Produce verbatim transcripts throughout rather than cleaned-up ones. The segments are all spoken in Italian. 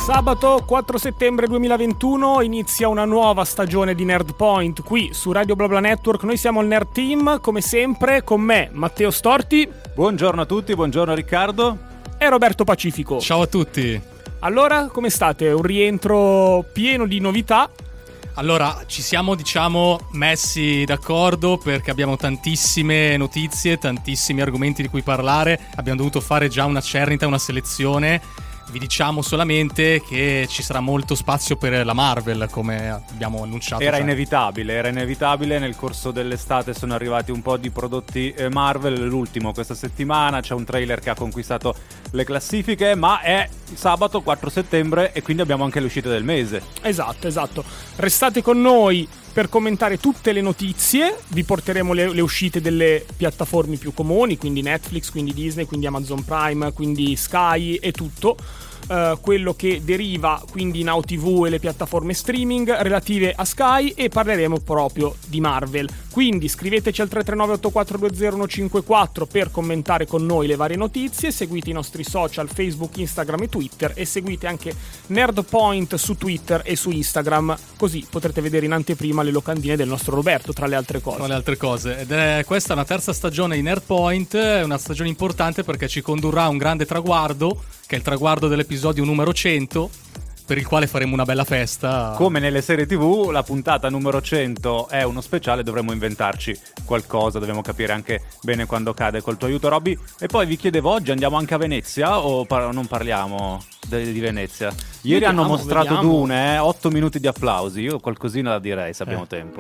Sabato quattro settembre duemilaventuno inizia una nuova stagione di Nerdpoint qui su Radio BlaBla Network. Noi siamo il Nerd Team, come sempre, con me Matteo Storti. Buongiorno a tutti, buongiorno Riccardo. E Roberto Pacifico. Ciao a tutti. Allora, come state? Un rientro pieno di novità. Allora, ci siamo, diciamo, messi d'accordo perché abbiamo tantissime notizie, tantissimi argomenti di cui parlare. Abbiamo dovuto fare già una cernita, una selezione. Vi diciamo solamente che ci sarà molto spazio per la Marvel, come abbiamo annunciato. Era già. inevitabile, era inevitabile. Nel corso dell'estate sono arrivati un po' di prodotti Marvel. L'ultimo questa settimana, c'è un trailer che ha conquistato le classifiche, ma è sabato quattro settembre e quindi abbiamo anche le uscite del mese. Esatto, esatto. Restate con noi per commentare tutte le notizie. Vi porteremo le, le uscite delle piattaforme più comuni, quindi Netflix, quindi Disney, quindi Amazon Prime, quindi Sky e tutto. Uh, quello che deriva quindi Now T V e le piattaforme streaming relative a Sky, e parleremo proprio di Marvel. Quindi scriveteci al tre tre nove otto quattro due zero uno cinque quattro per commentare con noi le varie notizie. Seguite i nostri social Facebook, Instagram e Twitter, e seguite anche Nerdpoint su Twitter e su Instagram, così potrete vedere in anteprima le locandine del nostro Roberto, tra le altre cose. Tra le altre cose. Ed è questa una terza stagione di Nerdpoint, è una stagione importante perché ci condurrà a un grande traguardo, che è il traguardo dell'episodio numero cento, per il quale faremo una bella festa. Come nelle serie tivù, la puntata numero cento è uno speciale, dovremmo inventarci qualcosa, dobbiamo capire anche bene quando cade, col tuo aiuto Robby. E poi vi chiedevo, oggi andiamo anche a Venezia o par- non parliamo de- di Venezia? Ieri vediamo, hanno mostrato vediamo. Dune, eh, otto minuti di applausi, io qualcosina da direi se abbiamo eh. tempo.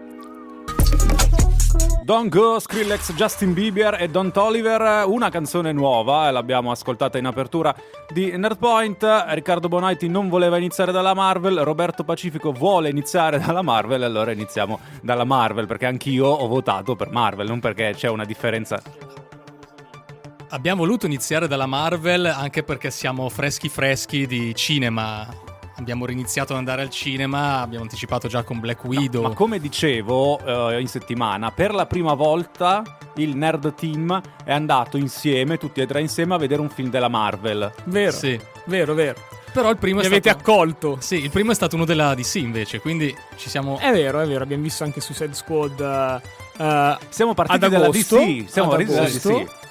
Don't Go, Skrillex, Justin Bieber e Don Toliver, una canzone nuova, l'abbiamo ascoltata in apertura di Nerdpoint. Riccardo Bonaiti non voleva iniziare dalla Marvel, Roberto Pacifico vuole iniziare dalla Marvel, allora iniziamo dalla Marvel, perché anch'io ho votato per Marvel, non perché c'è una differenza. Abbiamo voluto iniziare dalla Marvel anche perché siamo freschi freschi di cinema. Abbiamo riniziato ad andare al cinema, abbiamo anticipato già con Black Widow. No, ma come dicevo uh, in settimana, per la prima volta il Nerd Team è andato insieme, tutti e tre insieme, a vedere un film della Marvel. Vero, sì. vero, vero. Però il primo Mi è avete stato... accolto. Sì, il primo è stato uno della D C invece, quindi ci siamo... È vero, è vero, abbiamo visto anche Suicide Squad uh, uh, Siamo partiti ad dalla agosto, D C, siamo ad partiti dalla D agosto. C.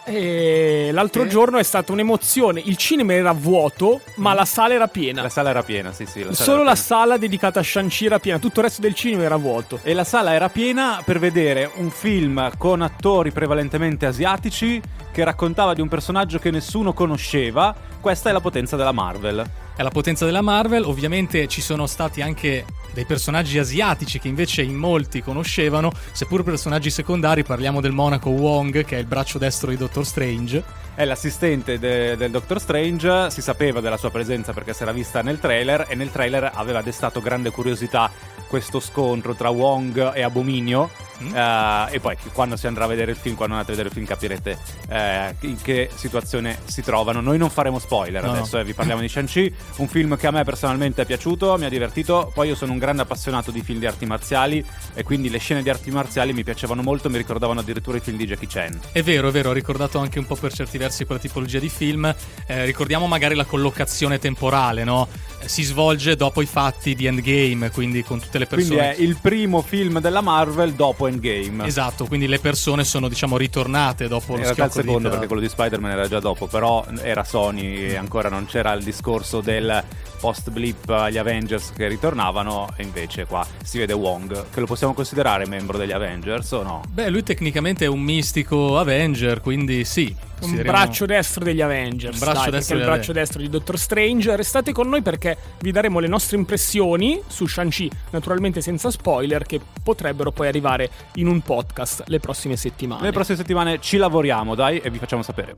E l'altro Sì. giorno è stata un'emozione. Il cinema era vuoto, ma la sala era piena. La sala era piena, sì, sì. La sala Solo era la piena. sala dedicata a Shang-Chi era piena, tutto il resto del cinema era vuoto. E la sala era piena per vedere un film con attori prevalentemente asiatici che raccontava di un personaggio che nessuno conosceva. Questa è la potenza della Marvel. È la potenza della Marvel. Ovviamente ci sono stati anche dei personaggi asiatici che invece in molti conoscevano, seppur personaggi secondari. Parliamo del monaco Wong, che è il braccio destro di Doctor Strange. È l'assistente de- del Doctor Strange, si sapeva della sua presenza perché si era vista nel trailer, e nel trailer aveva destato grande curiosità questo scontro tra Wong e Abominio. Mm. Uh, e poi quando si andrà a vedere il film, quando andate a vedere il film capirete uh, in che situazione si trovano. Noi non faremo spoiler no, adesso, no. Eh, vi parliamo di Shang-Chi, un film che a me personalmente è piaciuto, mi ha divertito. Poi io sono un grande appassionato di film di arti marziali e quindi le scene di arti marziali mi piacevano molto, mi ricordavano addirittura i film di Jackie Chan. È vero, è vero, ho ricordato anche un po' per certi versi quella tipologia di film. Eh, ricordiamo magari la collocazione temporale, no? Eh, si svolge dopo i fatti di Endgame, quindi con tutte le persone. Quindi è il primo film della Marvel dopo Endgame. Esatto, quindi le persone sono, diciamo, ritornate dopo lo in realtà il schiocco secondo, di... perché quello di Spider-Man era già dopo, però era Sony e ancora non c'era il discorso del post-blip agli Avengers che ritornavano, e invece qua si vede Wong, che lo possiamo considerare membro degli Avengers o no? Beh, lui tecnicamente è un mistico Avenger, quindi sì. Un braccio destro degli Avengers, un braccio dai, destro il braccio destro di Doctor Strange. Restate con noi perché vi daremo le nostre impressioni su Shang-Chi, naturalmente senza spoiler, che potrebbero poi arrivare in un podcast le prossime settimane. Le prossime settimane ci lavoriamo, dai, e vi facciamo sapere.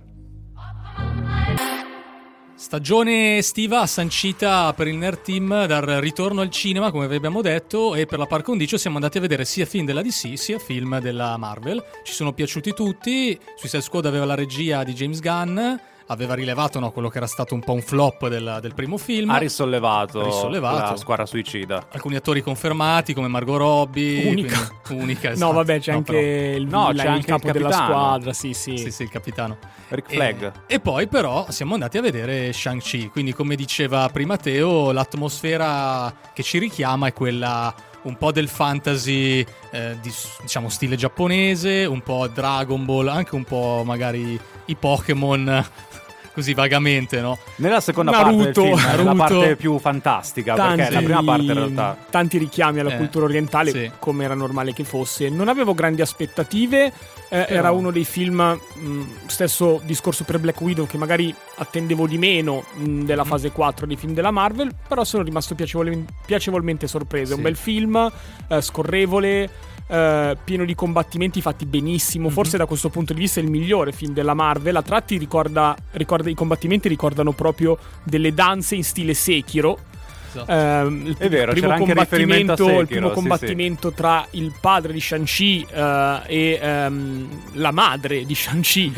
Stagione estiva sancita per il Nerd Team dal ritorno al cinema, come vi abbiamo detto, e per la par condicio siamo andati a vedere sia film della D C sia film della Marvel. Ci sono piaciuti tutti. Suicide Squad aveva la regia di James Gunn, aveva rilevato, no, quello che era stato un po' un flop del, del primo film. Ha risollevato, risollevato la squadra suicida. Alcuni attori confermati come Margot Robbie. Unica. Quindi, unica, No, esatto. vabbè, c'è No, anche però. il, No, il, c'è il anche capo il della capitano. squadra, sì, sì. Sì, sì, il capitano. Rick Flag. E, e poi però siamo andati a vedere Shang-Chi, quindi come diceva prima Teo, l'atmosfera che ci richiama è quella un po' del fantasy, eh, di, diciamo stile giapponese, un po' Dragon Ball, anche un po' magari i Pokémon, così vagamente, no? Nella seconda Naruto. parte del film è la Naruto. parte più fantastica, perché la prima parte in realtà... tanti richiami alla Eh, cultura orientale, sì. come era normale che fosse. Non avevo grandi aspettative, eh, era uno dei film, mh, stesso discorso per Black Widow, che magari attendevo di meno mh, della Mm. fase quattro dei film della Marvel, però sono rimasto piacevole- piacevolmente sorpreso. È un Sì. bel film, eh, scorrevole, eh, pieno di combattimenti fatti benissimo. Mm-hmm. Forse da questo punto di vista è il migliore film della Marvel. A tratti ricorda, ricorda i combattimenti ricordano proprio delle danze in stile Sekiro. Esatto. Ehm, il È vero, primo c'era anche riferimento a combattimento, il Sekiro, primo sì, combattimento tra il padre di Shang-Chi eh, e ehm, la madre di Shang-Chi.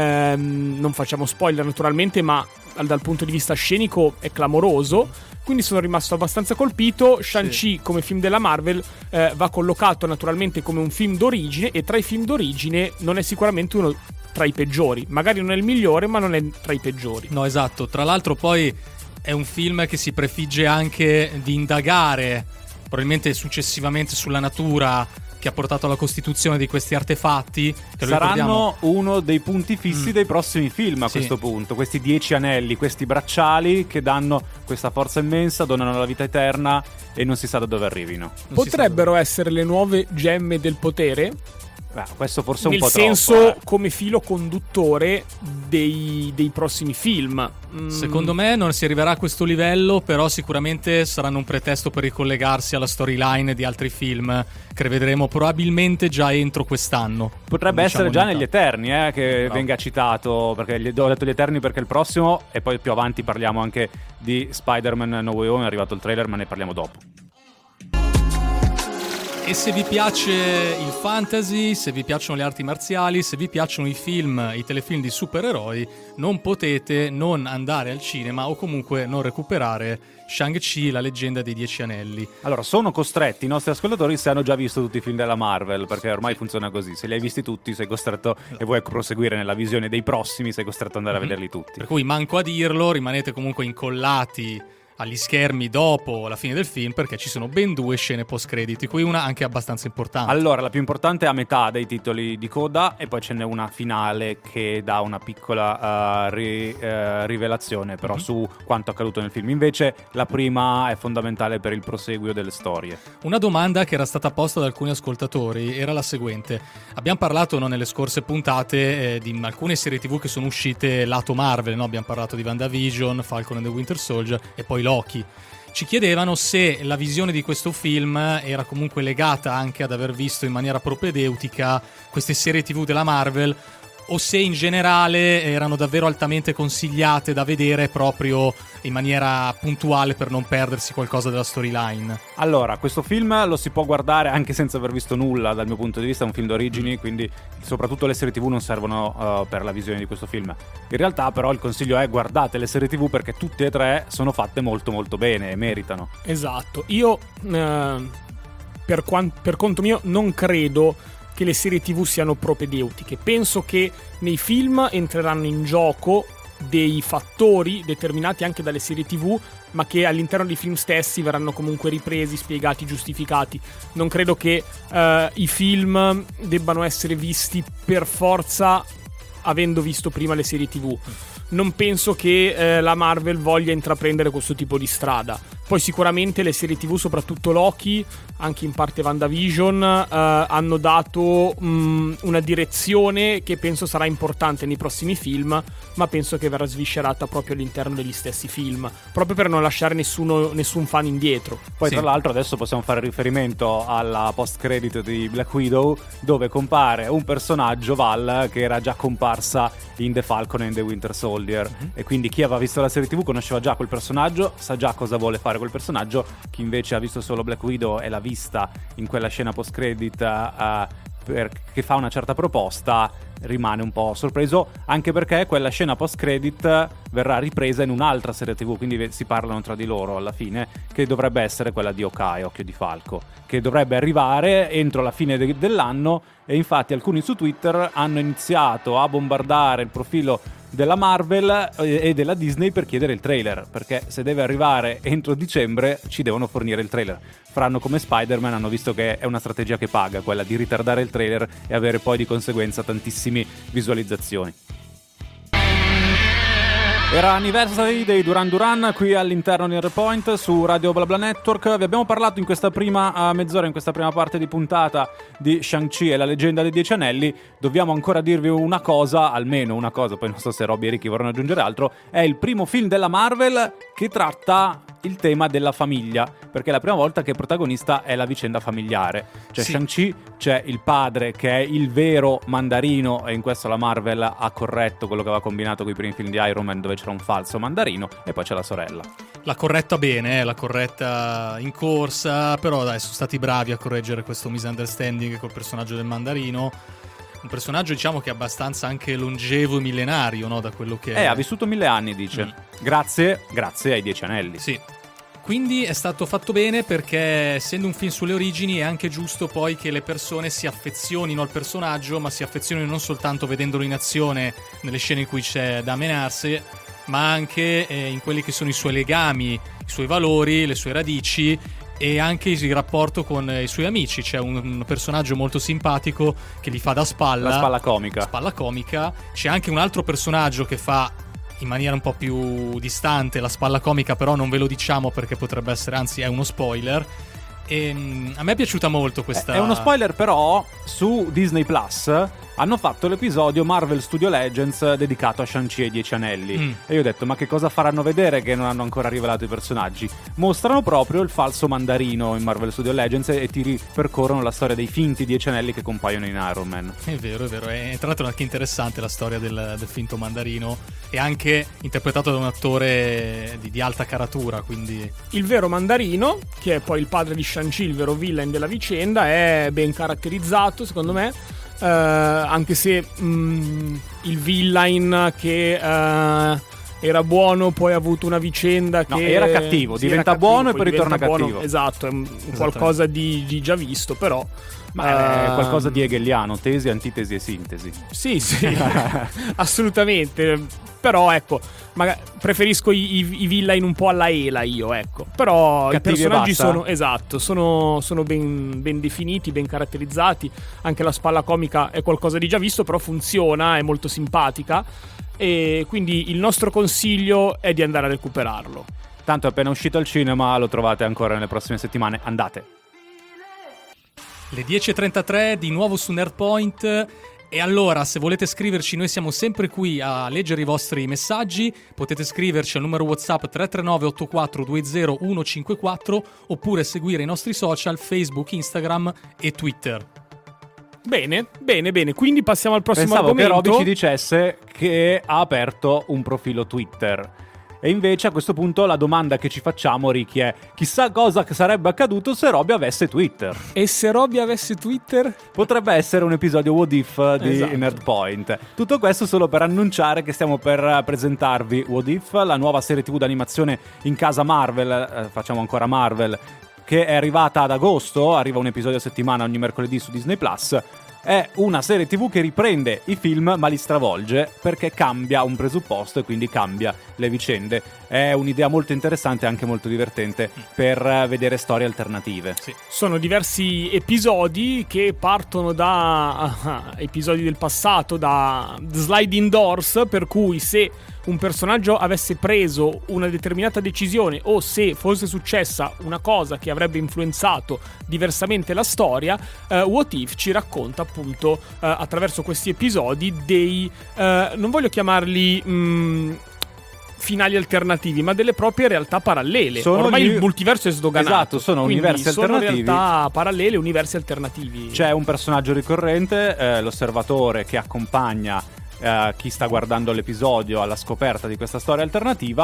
Ehm, non facciamo spoiler naturalmente, ma dal punto di vista scenico è clamoroso. Quindi sono rimasto abbastanza colpito. Shang-Chi, Sì. come film della Marvel, eh, va collocato naturalmente come un film d'origine, e tra i film d'origine non è sicuramente uno tra i peggiori. Magari non è il migliore, ma non è tra i peggiori. No, esatto. Tra l'altro poi è un film che si prefigge anche di indagare, probabilmente successivamente, sulla natura che ha portato alla costituzione di questi artefatti. Che lo ricordiamo- Saranno uno dei punti fissi Mm. dei prossimi film a Sì. questo punto. Questi dieci anelli, questi bracciali che danno questa forza immensa, donano la vita eterna e non si sa da dove arrivino. non si sa Potrebbero essere le nuove gemme del potere, Beh, questo forse è un nel po' senso troppo. eh. come filo conduttore dei, dei prossimi film. Mm, Secondo me non si arriverà a questo livello, però sicuramente saranno un pretesto per ricollegarsi alla storyline di altri film che rivedremo probabilmente già entro quest'anno. Potrebbe Diciamo essere già di negli metà. Eterni, eh, che Bravo. venga citato, perché gli, ho detto gli Eterni perché è il prossimo, e poi più avanti parliamo anche di Spider-Man No Way Home, è arrivato il trailer, ma ne parliamo dopo. E se vi piace il fantasy, se vi piacciono le arti marziali, se vi piacciono i film, i telefilm di supereroi, non potete non andare al cinema o comunque non recuperare Shang-Chi, la leggenda dei Dieci Anelli. Allora, sono costretti i nostri ascoltatori se hanno già visto tutti i film della Marvel, perché ormai funziona così. Se li hai visti tutti, sei costretto, e vuoi proseguire nella visione dei prossimi, sei costretto ad andare a vederli tutti. Per cui manco a dirlo, rimanete comunque incollati agli schermi dopo la fine del film, perché ci sono ben due scene post crediti, cui una anche abbastanza importante. Allora, la più importante è a metà dei titoli di coda, e poi ce n'è una finale che dà una piccola uh, ri- uh, rivelazione però Mhm. su quanto accaduto nel film. Invece la prima è fondamentale per il proseguio delle storie. Una domanda che era stata posta da alcuni ascoltatori era la seguente: abbiamo parlato, no, nelle scorse puntate eh, di alcune serie tv che sono uscite lato Marvel, no? Abbiamo parlato di WandaVision, Falcon and the Winter Soldier e poi Loki. Ci chiedevano se la visione di questo film era comunque legata anche ad aver visto in maniera propedeutica queste serie tv della Marvel, o se in generale erano davvero altamente consigliate da vedere proprio in maniera puntuale per non perdersi qualcosa della storyline. Allora, questo film lo si può guardare anche senza aver visto nulla dal mio punto di vista, è un film d'origini, quindi soprattutto le serie tv non servono uh, per la visione di questo film. In realtà però il consiglio è: guardate le serie tv, perché tutte e tre sono fatte molto molto bene e meritano. Esatto. Io, eh, per, quan- per conto mio, non credo che le serie tv siano propedeutiche. Penso che nei film entreranno in gioco dei fattori determinati anche dalle serie tv, ma che all'interno dei film stessi verranno comunque ripresi, spiegati, giustificati. Non credo che eh, i film debbano essere visti per forza avendo visto prima le serie tv. Non penso che eh, la Marvel voglia intraprendere questo tipo di strada. Poi sicuramente le serie tv, soprattutto Loki, anche in parte WandaVision, eh, hanno dato mh, una direzione che penso sarà importante nei prossimi film, ma penso che verrà sviscerata proprio all'interno degli stessi film, proprio per non lasciare nessuno, nessun fan indietro. Poi Sì. tra l'altro adesso possiamo fare riferimento alla post credit di Black Widow, dove compare un personaggio, Val, che era già comparsa in The Falcon and the Winter Soldier, Mhm. e quindi chi aveva visto la serie tv conosceva già quel personaggio, sa già cosa vuole fare quel personaggio. Chi invece ha visto solo Black Widow e l'ha vista in quella scena post credit uh, per, che fa una certa proposta, rimane un po' sorpreso, anche perché quella scena post credit verrà ripresa in un'altra serie tv, quindi si parlano tra di loro alla fine, che dovrebbe essere quella di Hawkeye, Occhio di Falco, che dovrebbe arrivare entro la fine de- dell'anno, e infatti alcuni su Twitter hanno iniziato a bombardare il profilo della Marvel e della Disney per chiedere il trailer, perché se deve arrivare entro dicembre ci devono fornire il trailer. Faranno come Spider-Man, hanno visto che è una strategia che paga, quella di ritardare il trailer e avere poi di conseguenza tantissime visualizzazioni. Era Anniversary dei Duran Duran qui all'interno di Airpoint su Radio BlaBla Network. Vi abbiamo parlato in questa prima uh, mezz'ora, in questa prima parte di puntata, di Shang-Chi e la leggenda dei Dieci Anelli. Dobbiamo ancora dirvi una cosa, almeno una cosa, poi non so se Robby e Ricky vorranno aggiungere altro. È il primo film della Marvel che tratta il tema della famiglia, perché è la prima volta che il protagonista è la vicenda familiare. C'è Sì. Shang-Chi, c'è il padre che è il vero mandarino, e in questo la Marvel ha corretto quello che aveva combinato con i primi film di Iron Man dove c'era un falso mandarino, e poi c'è la sorella. L'ha corretta bene, eh, l'ha corretta in corsa, però dai, sono stati bravi a correggere questo misunderstanding col personaggio del mandarino. Un personaggio, diciamo, che è abbastanza anche longevo e millenario, no? Da quello che Eh, è. ha vissuto mille anni, dice. Mm. Grazie, grazie ai Dieci Anelli. Sì. Quindi è stato fatto bene, perché essendo un film sulle origini è anche giusto poi che le persone si affezionino al personaggio, ma si affezionino non soltanto vedendolo in azione nelle scene in cui c'è da menarsi, ma anche eh, in quelli che sono i suoi legami, i suoi valori, le sue radici e anche il rapporto con i suoi amici. C'è un, un personaggio molto simpatico che gli fa da spalla, La spalla comica. spalla comica. C'è anche un altro personaggio che fa in maniera un po' più distante la spalla comica, però non ve lo diciamo perché potrebbe essere, anzi è uno spoiler. E, mh, a me è piaciuta molto questa. È uno spoiler, però su Disney Plus hanno fatto l'episodio Marvel Studio Legends dedicato a Shang-Chi e i Dieci Anelli. Mm. E io ho detto, ma che cosa faranno vedere che non hanno ancora rivelato i personaggi? Mostrano proprio il falso mandarino in Marvel Studio Legends e ti ripercorrono la storia dei finti Dieci Anelli che compaiono in Iron Man. È vero, è vero. E tra l'altro è anche interessante la storia del, del finto mandarino, e anche interpretato da un attore di, di alta caratura, quindi Il vero mandarino, che è poi il padre di Shang-Chi, il vero villain della vicenda, è ben caratterizzato secondo me, eh, anche se mh, il villain che eh, era buono poi ha avuto una vicenda No, che era cattivo, sì, diventa era cattivo, buono e poi ritorna diventa buono. cattivo. Esatto, è un- qualcosa di, di già visto, però Ma è eh, qualcosa di hegeliano, tesi, antitesi e sintesi. Sì, sì, assolutamente. Però ecco, maga- preferisco i, i, i villain un po' alla Ela io, ecco. Però Cattivi i personaggi e basta? sono, esatto, sono, sono ben, ben definiti, ben caratterizzati. Anche la spalla comica è qualcosa di già visto, però funziona, è molto simpatica. E quindi il nostro consiglio è di andare a recuperarlo. Tanto è appena uscito al cinema, lo trovate ancora nelle prossime settimane, andate. le dieci e trentatré di nuovo su Nerdpoint. E allora, se volete scriverci, noi siamo sempre qui a leggere i vostri messaggi. Potete scriverci al numero WhatsApp tre tre nove otto quattro due zero uno cinque quattro, oppure seguire i nostri social Facebook, Instagram e Twitter. Bene, bene, bene. Quindi passiamo al prossimo Pensavo argomento. che Roby ci dicesse che ha aperto un profilo Twitter. E invece a questo punto la domanda che ci facciamo, Ricky, è: chissà cosa sarebbe accaduto se Roby avesse Twitter. E se Robby avesse Twitter? Potrebbe essere un episodio What If di Esatto. Nerdpoint. Tutto questo solo per annunciare che stiamo per presentarvi What If, la nuova serie tv d'animazione in casa Marvel, eh, facciamo ancora Marvel, che è arrivata ad agosto, arriva un episodio a settimana ogni mercoledì su Disney Plus. È una serie tv che riprende i film ma li stravolge, perché cambia un presupposto e quindi cambia le vicende. È un'idea molto interessante e anche molto divertente per vedere storie alternative. Sì. Sono diversi episodi che partono da ah, episodi del passato, da sliding doors, per cui se un personaggio avesse preso una determinata decisione o se fosse successa una cosa che avrebbe influenzato diversamente la storia, eh, What If ci racconta appunto eh, attraverso questi episodi dei, eh, non voglio chiamarli mh, finali alternativi, ma delle proprie realtà parallele. Sono Ormai gli- il multiverso è sdoganato. Esatto, sono Quindi universi sono alternativi. realtà parallele, universi alternativi. C'è un personaggio ricorrente, eh, l'osservatore, che accompagna eh, chi sta guardando l'episodio alla scoperta di questa storia alternativa.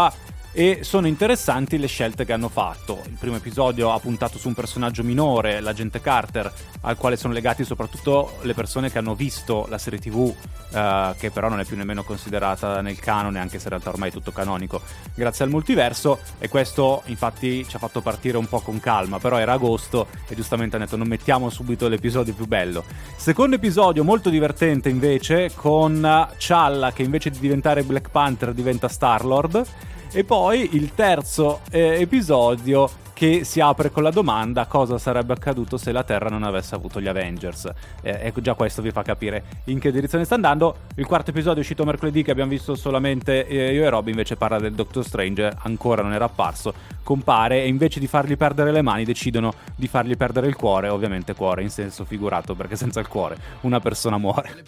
e sono interessanti le scelte che hanno fatto. Il primo episodio ha puntato su un personaggio minore, l'agente Carter, al quale sono legati soprattutto le persone che hanno visto la serie tv, eh, che però non è più nemmeno considerata nel canone, anche se in realtà ormai è tutto canonico grazie al multiverso, e questo infatti ci ha fatto partire un po' con calma, però era agosto e giustamente hanno detto non mettiamo subito l'episodio più bello. Secondo episodio molto divertente invece, con T'Challa che invece di diventare Black Panther diventa Star-Lord. E poi il terzo eh, episodio che si apre con la domanda: cosa sarebbe accaduto se la Terra non avesse avuto gli Avengers? Eh, ecco, già questo vi fa capire in che direzione sta andando. Il quarto episodio è uscito mercoledì, che abbiamo visto solamente eh, io e Rob, invece parla del Doctor Strange, ancora non era apparso, compare e invece di fargli perdere le mani decidono di fargli perdere il cuore, ovviamente cuore in senso figurato, perché senza il cuore una persona muore.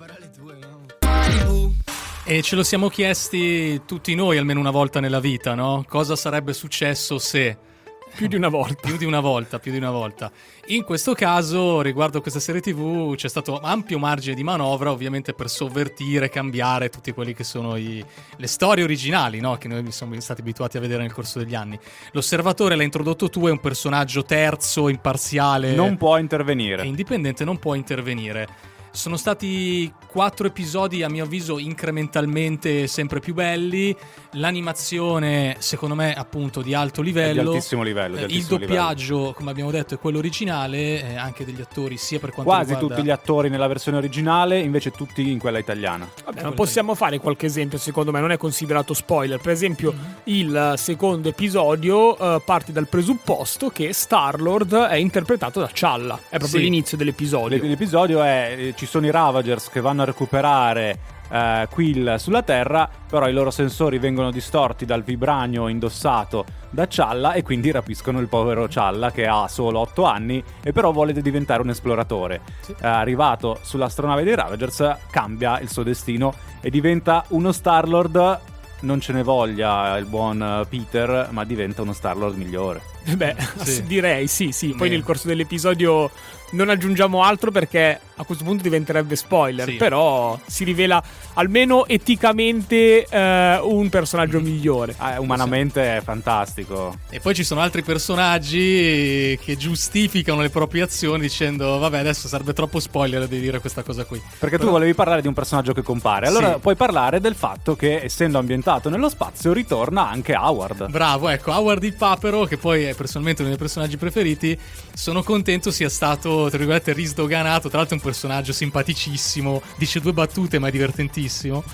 E ce lo siamo chiesti tutti noi almeno una volta nella vita, no? Cosa sarebbe successo se... Più di una volta. Più di una volta, più di una volta. In questo caso, riguardo questa serie tv, c'è stato ampio margine di manovra, ovviamente, per sovvertire, cambiare tutti quelli che sono i, le storie originali, no? Che noi siamo stati abituati a vedere nel corso degli anni. L'osservatore, l'hai introdotto tu, è un personaggio terzo, imparziale. Non può intervenire. È indipendente, non può intervenire. Sono stati quattro episodi, a mio avviso, incrementalmente sempre più belli. L'animazione, secondo me, appunto, di alto livello. È di altissimo livello. Di altissimo Il doppiaggio, livello. Come abbiamo detto, è quello originale, eh, anche degli attori, sia per quanto Quasi riguarda... tutti gli attori nella versione originale, invece tutti in quella italiana. Vabbè, non possiamo fare qualche esempio, secondo me, non è considerato spoiler. Per esempio, mm-hmm. il secondo episodio uh, parte dal presupposto che Star-Lord è interpretato da T'Challa. È proprio sì. l'inizio dell'episodio. L'episodio è... ci sono i Ravagers che vanno a recuperare uh, Quill sulla Terra, però i loro sensori vengono distorti dal vibranio indossato da T'Challa e quindi rapiscono il povero T'Challa, che ha solo otto anni e però vuole diventare un esploratore. Sì. Uh, arrivato sull'astronave dei Ravagers cambia il suo destino e diventa uno Star-Lord. Non ce ne voglia il buon Peter, ma diventa uno Star-Lord migliore. Beh, sì. direi sì, sì. Poi Beh. nel corso dell'episodio non aggiungiamo altro perché a questo punto diventerebbe spoiler, sì. però si rivela almeno eticamente eh, un personaggio migliore. Ah, umanamente sì. È fantastico. E poi ci sono altri personaggi che giustificano le proprie azioni dicendo vabbè, adesso sarebbe troppo spoiler di dire questa cosa qui. Perché però... tu volevi parlare di un personaggio che compare, allora sì. puoi parlare del fatto che, essendo ambientato nello spazio, ritorna anche Howard. Bravo, ecco, Howard il papero, che poi è personalmente uno dei personaggi preferiti. Sono contento sia stato, tra virgolette, risdoganato. Tra l'altro è un personaggio simpaticissimo, dice due battute ma è divertentissimo.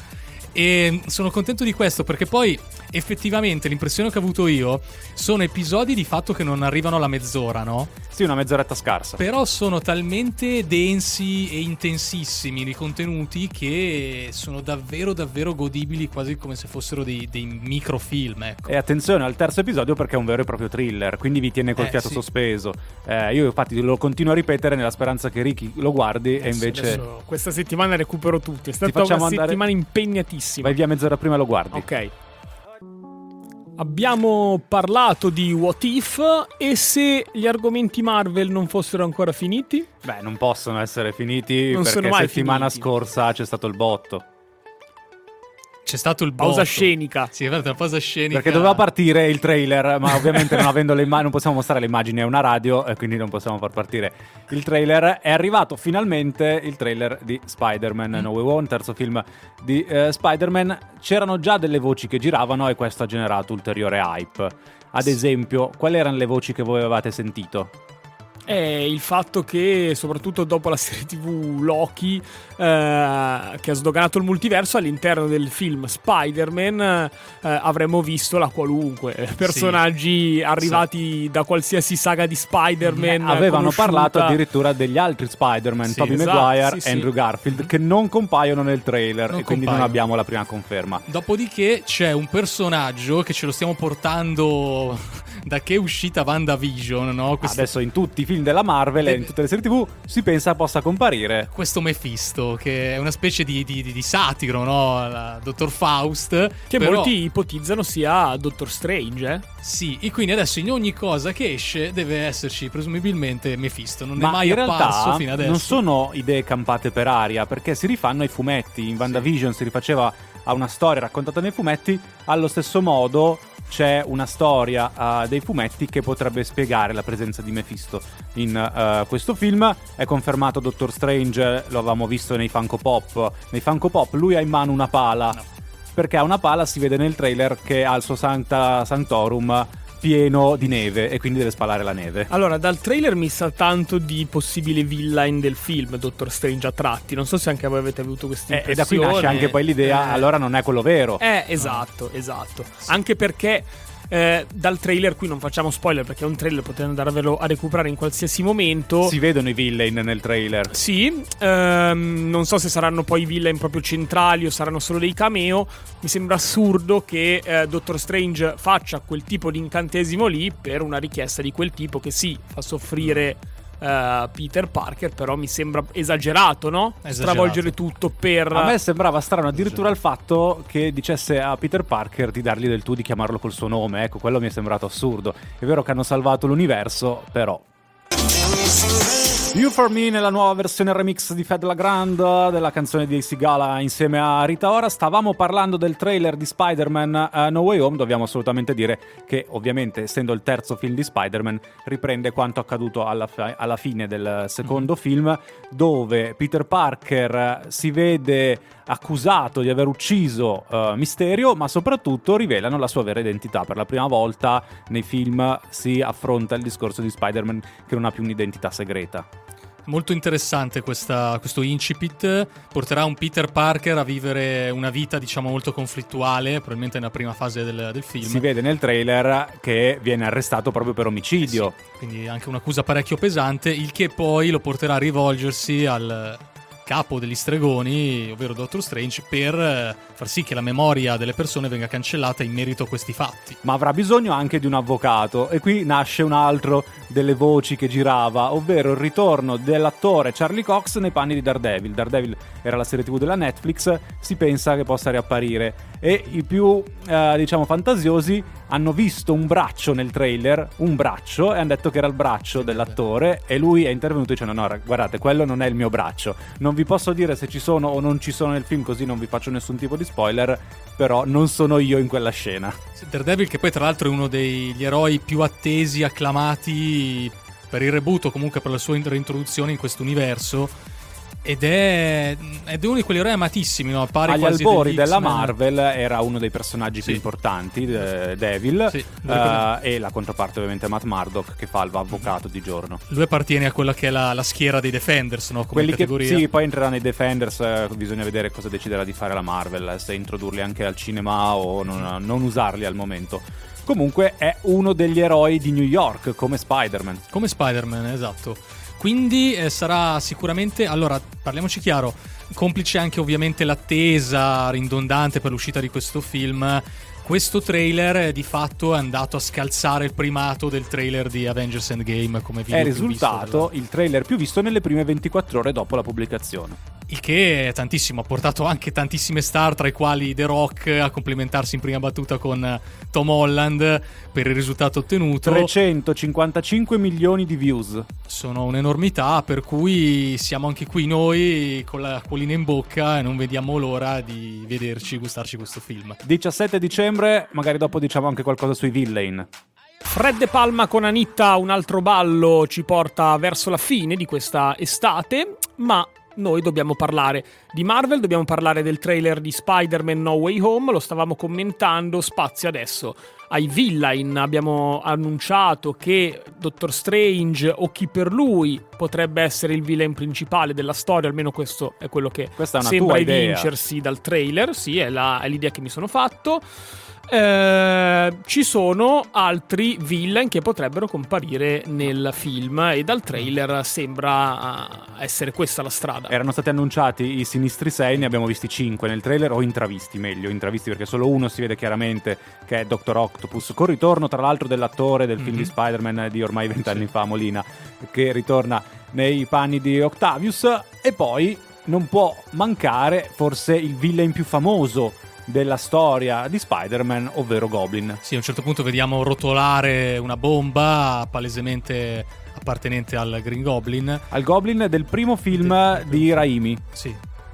E sono contento di questo perché poi effettivamente l'impressione che ho avuto io sono episodi di fatto che non arrivano alla mezz'ora, no? Sì, una mezz'oretta scarsa. Però sono talmente densi e intensissimi di contenuti che sono davvero davvero godibili, quasi come se fossero dei, dei microfilm, ecco. E attenzione al terzo episodio perché è un vero e proprio thriller, quindi vi tiene col eh, fiato sì. sospeso. eh, Io infatti lo continuo a ripetere nella speranza che Ricky lo guardi. Adesso, e invece adesso, questa settimana recupero tutti. È stata una andare... settimana impegnatissima. Vai via mezz'ora prima e lo guardi. Ok. Abbiamo parlato di What If, e se gli argomenti Marvel non fossero ancora finiti? Beh, non possono essere finiti non perché sono mai settimana finiti. scorsa c'è stato il botto. C'è stato il pausa botto. scenica. Sì, è una pausa scenica. Perché doveva partire il trailer, ma ovviamente non avendo le immagini non possiamo mostrare le immagini, è una radio e quindi non possiamo far partire il trailer. È arrivato finalmente il trailer di Spider-Man mm. No Way Home, terzo film di uh, Spider-Man. C'erano già delle voci che giravano e questo ha generato ulteriore hype. Ad esempio, quali erano le voci che voi avevate sentito? È il fatto che, soprattutto dopo la serie tv Loki, eh, che ha sdoganato il multiverso, all'interno del film Spider-Man eh, avremmo visto la qualunque. Personaggi sì. arrivati sì. da qualsiasi saga di Spider-Man. Eh, avevano conosciuta. parlato addirittura degli altri Spider-Man, sì, Tobey esatto, Maguire, sì, Andrew sì. Garfield, che non compaiono nel trailer non e quindi compaiono. non abbiamo la prima conferma. Dopodiché c'è un personaggio che ce lo stiamo portando da che è uscita WandaVision, no? Questo... Adesso in tutti i film della Marvel e in tutte le serie tv si pensa possa comparire questo Mephisto, che è una specie di, di, di satiro, no? La Dottor Faust, che però... molti ipotizzano sia Doctor Strange, eh? Sì, e quindi adesso in ogni cosa che esce deve esserci presumibilmente Mephisto. Non Ma è mai in apparso realtà fino adesso. Non sono idee campate per aria, perché si rifanno ai fumetti. In WandaVision si rifaceva a una storia raccontata nei fumetti, allo stesso modo c'è una storia uh, dei fumetti che potrebbe spiegare la presenza di Mephisto in uh, questo film. È confermato Doctor Strange, lo avevamo visto nei Funko Pop. Nei Funko Pop lui ha in mano una pala, no. perché ha una pala, si vede nel trailer che ha il suo Sancta Sanctorum pieno di neve e quindi deve spalare la neve. Allora, dal trailer mi sa tanto di possibile villain del film Doctor Strange a tratti. Non so se anche voi avete avuto questa eh, impressione. E da qui nasce anche poi l'idea, eh, allora non è quello vero. Eh, esatto, esatto. Sì. Anche perché eh, dal trailer, qui non facciamo spoiler perché è un trailer, potete andarvelo a recuperare in qualsiasi momento. Si vedono i villain nel trailer. Sì, ehm, non so se saranno poi i villain proprio centrali o saranno solo dei cameo. Mi sembra assurdo che eh, Doctor Strange faccia quel tipo di incantesimo lì per una richiesta di quel tipo che sì, fa soffrire uh, Peter Parker, però mi sembra esagerato, no? Esagerato. Stravolgere tutto per... A me sembrava strano addirittura il fatto che dicesse a Peter Parker di dargli del tu, di chiamarlo col suo nome. Ecco, quello mi è sembrato assurdo. È vero che hanno salvato l'universo, però... You For Me nella nuova versione remix di Fed Legrand della canzone di Sigala insieme a Rita Ora. Stavamo parlando del trailer di Spider-Man uh, No Way Home. Dobbiamo assolutamente dire che ovviamente, essendo il terzo film di Spider-Man, riprende quanto accaduto alla, fi- alla fine del secondo film, dove Peter Parker si vede accusato di aver ucciso uh, Mysterio, ma soprattutto rivelano la sua vera identità. Per la prima volta nei film si affronta il discorso di Spider-Man che non ha più un'identità segreta. Molto interessante questa, questo incipit. Porterà un Peter Parker a vivere una vita, diciamo, molto conflittuale, probabilmente nella prima fase del, del film. Si vede nel trailer che viene arrestato proprio per omicidio. Eh sì, quindi anche un'accusa parecchio pesante, il che poi lo porterà a rivolgersi al capo degli stregoni, ovvero Doctor Strange, per far sì che la memoria delle persone venga cancellata in merito a questi fatti. Ma avrà bisogno anche di un avvocato, e qui nasce un altro delle voci che girava, ovvero il ritorno dell'attore Charlie Cox nei panni di Daredevil. Daredevil era la serie tivù della Netflix, si pensa che possa riapparire, e i più eh, diciamo fantasiosi hanno visto un braccio nel trailer, un braccio, e hanno detto che era il braccio dell'attore, e lui è intervenuto dicendo no, guardate, quello non è il mio braccio, non vi posso dire se ci sono o non ci sono nel film, così non vi faccio nessun tipo di spoiler, però non sono io in quella scena. Daredevil, che poi tra l'altro è uno degli eroi più attesi, acclamati per il reboot o comunque per la sua reintroduzione in questo universo, ed è, ed è uno di quegli eroi amatissimi, no? Pari agli quasi albori della X-Men. Marvel era uno dei personaggi sì. più importanti, de- Devil, sì, uh, e la controparte ovviamente Matt Murdock, che fa l'avvocato di giorno. Lui appartiene a quella che è la, la schiera dei Defenders, no? Come quelli categoria. Che sì, poi entrerà nei Defenders, eh, bisogna vedere cosa deciderà di fare la Marvel, se introdurli anche al cinema o non, non usarli al momento. Comunque è uno degli eroi di New York, come Spider-Man. Come Spider-Man, esatto. Quindi eh, sarà sicuramente, allora parliamoci chiaro, complice anche ovviamente l'attesa ridondante per l'uscita di questo film. Questo trailer eh, di fatto è andato a scalzare il primato del trailer di Avengers Endgame come video. È risultato il trailer più visto nelle prime ventiquattro ore dopo la pubblicazione. Il che è tantissimo, ha portato anche tantissime star, tra i quali The Rock, a complimentarsi in prima battuta con Tom Holland per il risultato ottenuto. trecentocinquantacinque milioni di views. Sono un'enormità, per cui siamo anche qui noi con la acquolina in bocca e non vediamo l'ora di vederci, gustarci questo film. diciassette dicembre, magari dopo diciamo anche qualcosa sui villain. Fred De Palma con Anitta, un altro ballo, ci porta verso la fine di questa estate, ma noi dobbiamo parlare di Marvel, dobbiamo parlare del trailer di Spider-Man No Way Home, lo stavamo commentando, spazio adesso ai villain. Abbiamo annunciato che Doctor Strange o chi per lui potrebbe essere il villain principale della storia, almeno questo è quello che Questa è una sembra tua idea. evincersi dal trailer, sì, è, la, è l'idea che mi sono fatto. Eh, ci sono altri villain che potrebbero comparire nel film e dal trailer sembra essere questa la strada. Erano stati annunciati i Sinistri sei, ne abbiamo visti cinque nel trailer, o intravisti meglio, intravisti perché solo uno si vede chiaramente, che è Doctor Octopus, con ritorno tra l'altro dell'attore del film mm-hmm. di Spider-Man di ormai vent'anni sì. fa, Molina, che ritorna nei panni di Octavius. E poi non può mancare forse il villain più famoso della storia di Spider-Man, ovvero Goblin. Sì, a un certo punto vediamo rotolare una bomba palesemente appartenente al Green Goblin. Al Goblin del primo film De- di Raimi. Sì.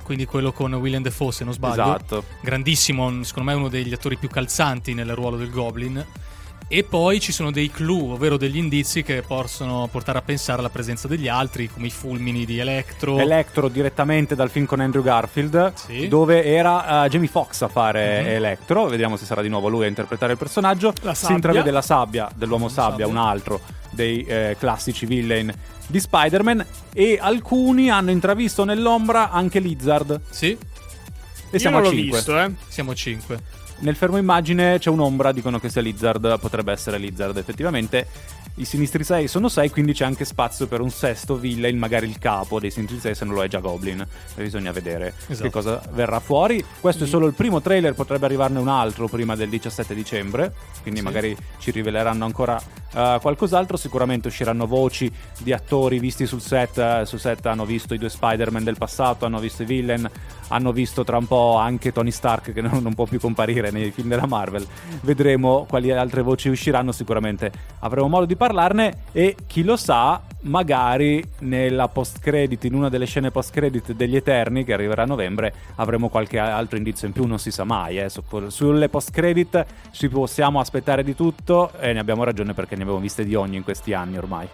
quindi quello con William Dafoe, se non sbaglio. Esatto. Grandissimo, secondo me uno degli attori più calzanti nel ruolo del Goblin. E poi ci sono dei clue, ovvero degli indizi che possono portare a pensare alla presenza degli altri, come i fulmini di Electro. Electro direttamente dal film con Andrew Garfield, sì. dove era uh, Jamie Foxx a fare mm-hmm. Electro. Vediamo se sarà di nuovo lui a interpretare il personaggio. La si intravede la sabbia dell'uomo sabbia, sabbia, un altro dei eh, classici villain di Spider-Man, e alcuni hanno intravisto nell'ombra anche Lizard. Sì. E Io siamo non a l'ho cinque. visto, eh. Siamo a cinque. Nel fermo immagine c'è un'ombra, dicono che sia Lizard, potrebbe essere Lizard effettivamente. I Sinistri sei sono sei, quindi c'è anche spazio per un sesto villain, magari il capo dei Sinistri sei, se non lo è già Goblin. Bisogna vedere esatto. che cosa verrà fuori. Questo è solo il primo trailer, potrebbe arrivarne un altro prima del diciassette dicembre, quindi sì. magari ci riveleranno ancora uh, qualcos'altro. Sicuramente usciranno voci di attori visti sul set. Uh, sul set hanno visto i due Spider-Man del passato, hanno visto i villain, hanno visto tra un po' anche Tony Stark, che non, non può più comparire nei film della Marvel. Vedremo quali altre voci usciranno, sicuramente avremo modo di parlarne, e chi lo sa, magari nella post credit, in una delle scene post credit degli Eterni che arriverà a novembre, avremo qualche altro indizio in più, non si sa mai. eh. Sulle post credit ci possiamo aspettare di tutto, e ne abbiamo ragione perché ne abbiamo viste di ogni in questi anni ormai.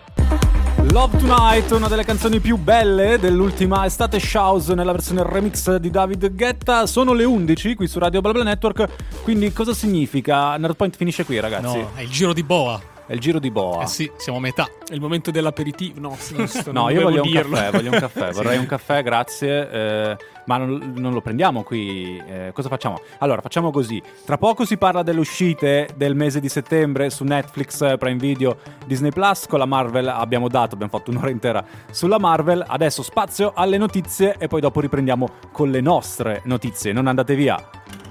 Love Tonight, una delle canzoni più belle dell'ultima estate Shouse nella versione remix di David Guetta. Sono le undici qui su Radio BlaBla Network, quindi cosa significa? Nerdpoint finisce qui, ragazzi. No, è il giro di boa. È il giro di boa. Eh sì, siamo a metà. È il momento dell'aperitivo. No, sinistra, no, non io voglio dirlo. un caffè, voglio un caffè, Sì. vorrei un caffè, grazie. Eh, ma non, non lo prendiamo qui. Eh, cosa facciamo? Allora, facciamo così. Tra poco si parla delle uscite del mese di settembre su Netflix, Prime Video, Disney Plus. Con la Marvel abbiamo dato, abbiamo fatto un'ora intera sulla Marvel. Adesso spazio alle notizie e poi dopo riprendiamo con le nostre notizie. Non andate via.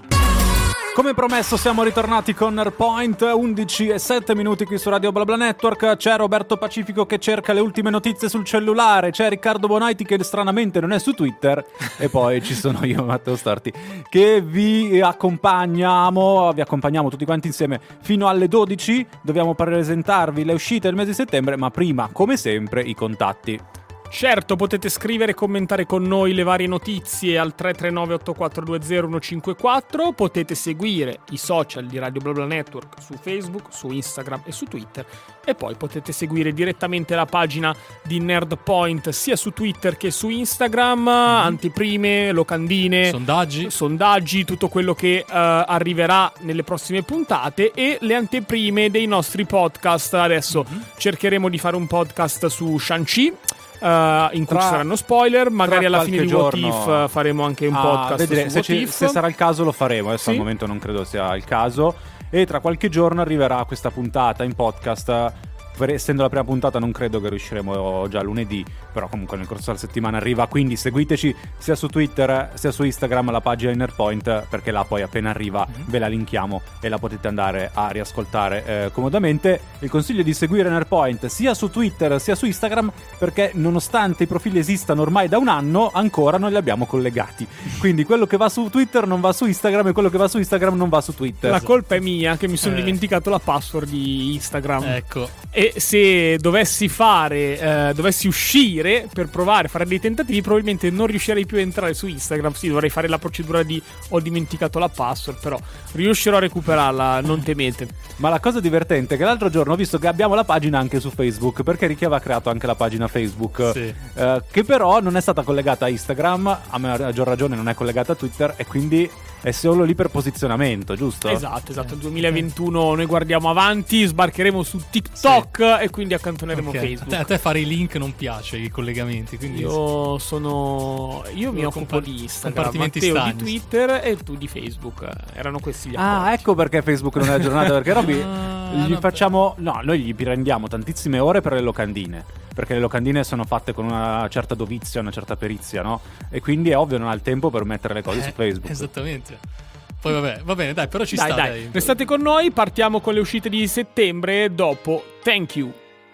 Come promesso siamo ritornati con Nerdpoint, undici e sette minuti qui su Radio BlaBla Network. C'è Roberto Pacifico che cerca le ultime notizie sul cellulare, c'è Riccardo Bonaiti che stranamente non è su Twitter, e poi ci sono io, Matteo Storti, che vi accompagniamo, vi accompagniamo tutti quanti insieme fino alle dodici. Dobbiamo presentarvi le uscite del mese di settembre, ma prima, come sempre, i contatti. Certo, potete scrivere e commentare con noi le varie notizie al tre tre nove otto quattro due zero uno cinque quattro. Potete seguire i social di Radio BlaBla Network su Facebook, su Instagram e su Twitter. E poi potete seguire direttamente la pagina di Nerdpoint sia su Twitter che su Instagram. Mm-hmm. Anteprime, locandine, sondaggi, sondaggi, tutto quello che uh, arriverà nelle prossime puntate, e le anteprime dei nostri podcast. Adesso mm-hmm. cercheremo di fare un podcast su Shang-Chi, Uh, in cui tra, ci saranno spoiler, magari alla fine di giorno, What If faremo anche un ah, podcast vedere, su se, What ci, If. se sarà il caso lo faremo, adesso sì. al momento non credo sia il caso, e tra qualche giorno arriverà questa puntata in podcast. Per, essendo la prima puntata non credo che riusciremo già lunedì, però comunque nel corso della settimana arriva, quindi seguiteci sia su Twitter sia su Instagram la pagina di Nerdpoint, perché là poi appena arriva mm-hmm. ve la linkiamo e la potete andare a riascoltare eh, comodamente. Il consiglio è di seguire Nerdpoint sia su Twitter sia su Instagram, perché nonostante i profili esistano ormai da un anno ancora non li abbiamo collegati, quindi quello che va su Twitter non va su Instagram e quello che va su Instagram non va su Twitter. La colpa è mia che mi sono eh. dimenticato la password di Instagram. Ecco. E se dovessi fare, eh, dovessi uscire per provare, fare dei tentativi, probabilmente non riuscirei più a entrare su Instagram. Sì, dovrei fare la procedura di ho dimenticato la password, però riuscirò a recuperarla, non temete. Ma la cosa divertente è che l'altro giorno ho visto che abbiamo la pagina anche su Facebook, perché Ricky aveva creato anche la pagina Facebook, sì. eh, che però non è stata collegata a Instagram, a maggior ragione non è collegata a Twitter, e quindi è solo lì per posizionamento, giusto? Esatto, esatto. Il duemilaventuno noi guardiamo avanti, sbarcheremo su TikTok, sì. e quindi accantoneremo okay. Facebook. A te, a te fare i link non piace, i collegamenti, quindi io sono io mi occupo compar- di Instagram, compartimenti Matteo stagni. di Twitter e tu di Facebook. Erano questi gli Ah, approcci. ecco perché Facebook non è aggiornato, perché Robby Ah, gli no, facciamo no, noi gli prendiamo tantissime ore per le locandine, perché le locandine sono fatte con una certa dovizia, una certa perizia, no? E quindi è ovvio non ha il tempo per mettere le cose eh, su Facebook. Esattamente. Poi vabbè, va bene, dai, però ci dai, sta, dai. dai. Restate con noi, partiamo con le uscite di settembre dopo Thank You.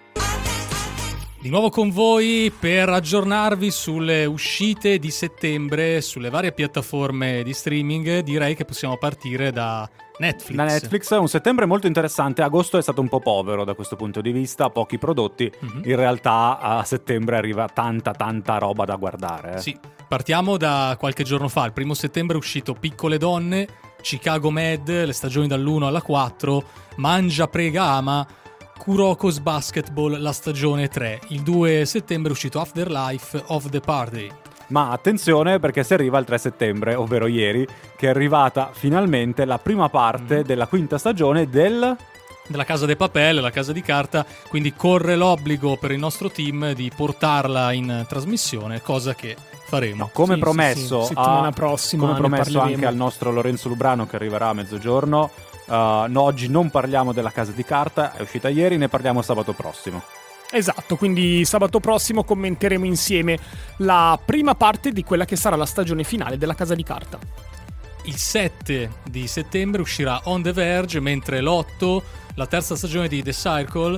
Di nuovo con voi per aggiornarvi sulle uscite di settembre sulle varie piattaforme di streaming. Direi che possiamo partire da Netflix. Da Netflix, un settembre molto interessante. Agosto è stato un po' povero da questo punto di vista, pochi prodotti. Mm-hmm. In realtà a settembre arriva tanta tanta roba da guardare. Eh. Sì, partiamo da qualche giorno fa. Il primo settembre è uscito Piccole Donne, Chicago Med, le stagioni dall'uno alla quattro, Mangia, Prega, Ama, Kuroko's Basketball, la stagione tre. Il due settembre è uscito Afterlife of the Party. Ma attenzione, perché si arriva il tre settembre, ovvero ieri, che è arrivata finalmente la prima parte mm. della quinta stagione del... della Casa de Papel, la Casa di Carta, quindi corre l'obbligo per il nostro team di portarla in trasmissione, cosa che faremo. No, come sì, promesso, sì, sì. settimana a, prossima come promesso anche al nostro Lorenzo Lubrano che arriverà a mezzogiorno, uh, no, oggi non parliamo della Casa di Carta, è uscita ieri, ne parliamo sabato prossimo. Esatto, quindi sabato prossimo commenteremo insieme la prima parte di quella che sarà la stagione finale della Casa di Carta. Il sette di settembre uscirà On the Verge, mentre l'otto la terza stagione di The Circle,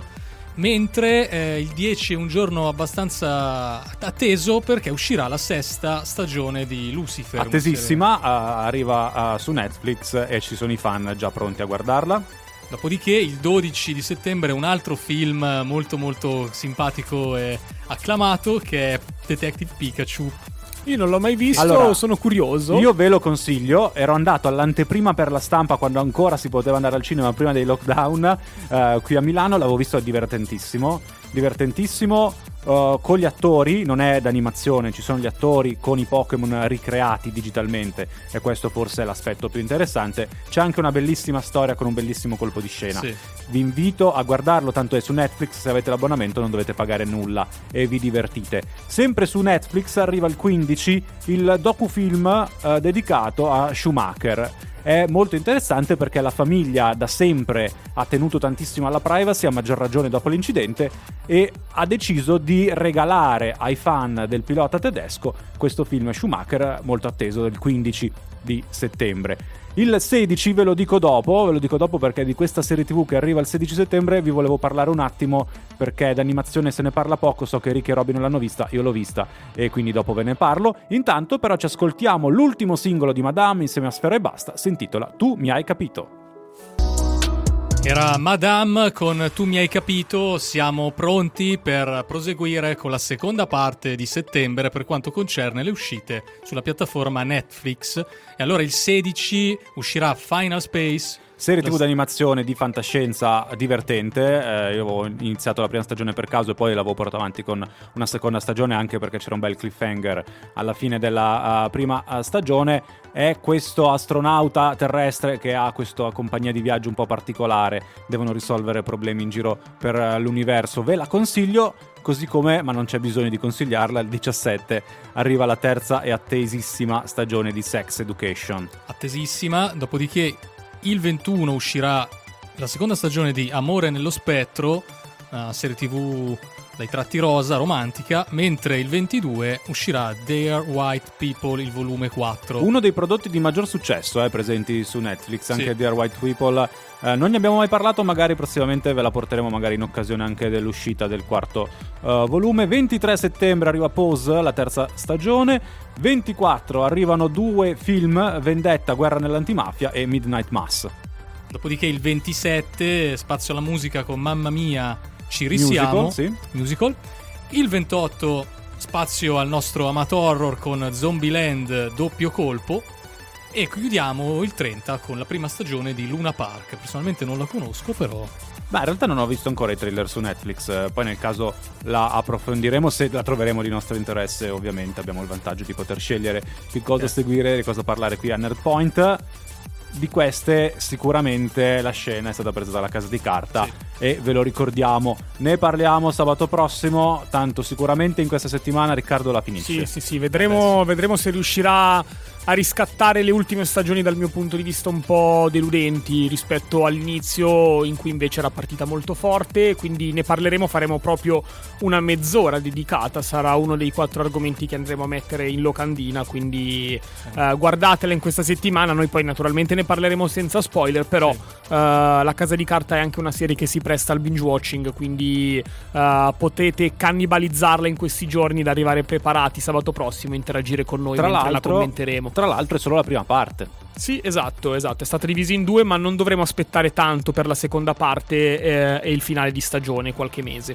mentre eh, il dieci è un giorno abbastanza atteso perché uscirà la sesta stagione di Lucifer. Attesissima, uh, arriva uh, su Netflix e ci sono i fan già pronti a guardarla. Dopodiché il dodici di settembre un altro film molto molto simpatico e acclamato che è Detective Pikachu. Io non l'ho mai visto, allora, sono curioso. Io ve lo consiglio, ero andato all'anteprima per la stampa quando ancora si poteva andare al cinema prima dei lockdown, uh, qui a Milano, l'avevo visto, è divertentissimo, divertentissimo. Uh, con gli attori, non è d'animazione, ci sono gli attori con i Pokémon ricreati digitalmente e questo forse è l'aspetto più interessante. C'è anche una bellissima storia con un bellissimo colpo di scena. Sì. Vi invito a guardarlo, tanto è su Netflix, se avete l'abbonamento non dovete pagare nulla e vi divertite. Sempre su Netflix arriva il quindici il docufilm uh, dedicato a Schumacher. È molto interessante perché la famiglia da sempre ha tenuto tantissimo alla privacy, a maggior ragione dopo l'incidente, e ha deciso di regalare ai fan del pilota tedesco questo film Schumacher, molto atteso, del quindici di settembre. Il sedici ve lo dico dopo, ve lo dico dopo perché di questa serie tivù che arriva il sedici settembre vi volevo parlare un attimo, perché d'animazione se ne parla poco, so che Ricky e Robby non l'hanno vista, io l'ho vista e quindi dopo ve ne parlo. Intanto però ci ascoltiamo l'ultimo singolo di Madame insieme a Sfera e Basta, si intitola Tu mi hai capito. Era Madame con Tu mi hai capito, siamo pronti per proseguire con la seconda parte di settembre per quanto concerne le uscite sulla piattaforma Netflix. E allora il sedici uscirà Final Space, serie tivù d'animazione di fantascienza divertente. eh, io avevo iniziato la prima stagione per caso e poi l'avevo portato avanti con una seconda stagione anche perché c'era un bel cliffhanger alla fine della uh, prima uh, stagione. È questo astronauta terrestre che ha questa compagnia di viaggio un po' particolare, devono risolvere problemi in giro per uh, l'universo. Ve la consiglio, così come, ma non c'è bisogno di consigliarla, il diciassette arriva la terza e attesissima stagione di Sex Education. Attesissima, dopodiché il ventuno uscirà la seconda stagione di Amore nello spettro, una serie tivù dai tratti rosa, romantica, mentre il ventidue uscirà Dear White People, il volume quattro. Uno dei prodotti di maggior successo eh, presenti su Netflix, anche sì. Dear White People. Eh, non ne abbiamo mai parlato, magari prossimamente ve la porteremo magari in occasione anche dell'uscita del quarto uh, volume. ventitré settembre arriva Pose, la terza stagione. ventiquattro arrivano due film, Vendetta, Guerra nell'antimafia e Midnight Mass. Dopodiché il ventisette, spazio alla musica con Mamma Mia, Ci risiamo, musical, sì. musical. Il ventotto, spazio al nostro amato horror con Zombieland, doppio colpo. E chiudiamo il trenta con la prima stagione di Luna Park. Personalmente non la conosco, però... Beh, in realtà non ho visto ancora i trailer su Netflix, poi nel caso la approfondiremo se la troveremo di nostro interesse. Ovviamente abbiamo il vantaggio di poter scegliere che cosa eh. seguire, di cosa parlare qui a Nerdpoint. Di queste sicuramente la scena è stata presa dalla Casa di Carta, sì. E ve lo ricordiamo, ne parliamo sabato prossimo, tanto sicuramente in questa settimana Riccardo la finisce. Sì, sì, sì, vedremo, vedremo se riuscirà a riscattare le ultime stagioni dal mio punto di vista un po' deludenti rispetto all'inizio, in cui invece era partita molto forte, quindi ne parleremo, faremo proprio una mezz'ora dedicata, sarà uno dei quattro argomenti che andremo a mettere in locandina, quindi eh, guardatela in questa settimana. Noi poi naturalmente ne parleremo senza spoiler, però sì. eh, la Casa di Carta è anche una serie che si presta al binge watching, quindi eh, potete cannibalizzarla in questi giorni, da arrivare preparati sabato prossimo, interagire con noi tra mentre la l'altro, commenteremo. tra l'altro è solo la prima parte. Sì, esatto, esatto, è stata divisa in due, ma non dovremo aspettare tanto per la seconda parte eh, e il finale di stagione, qualche mese.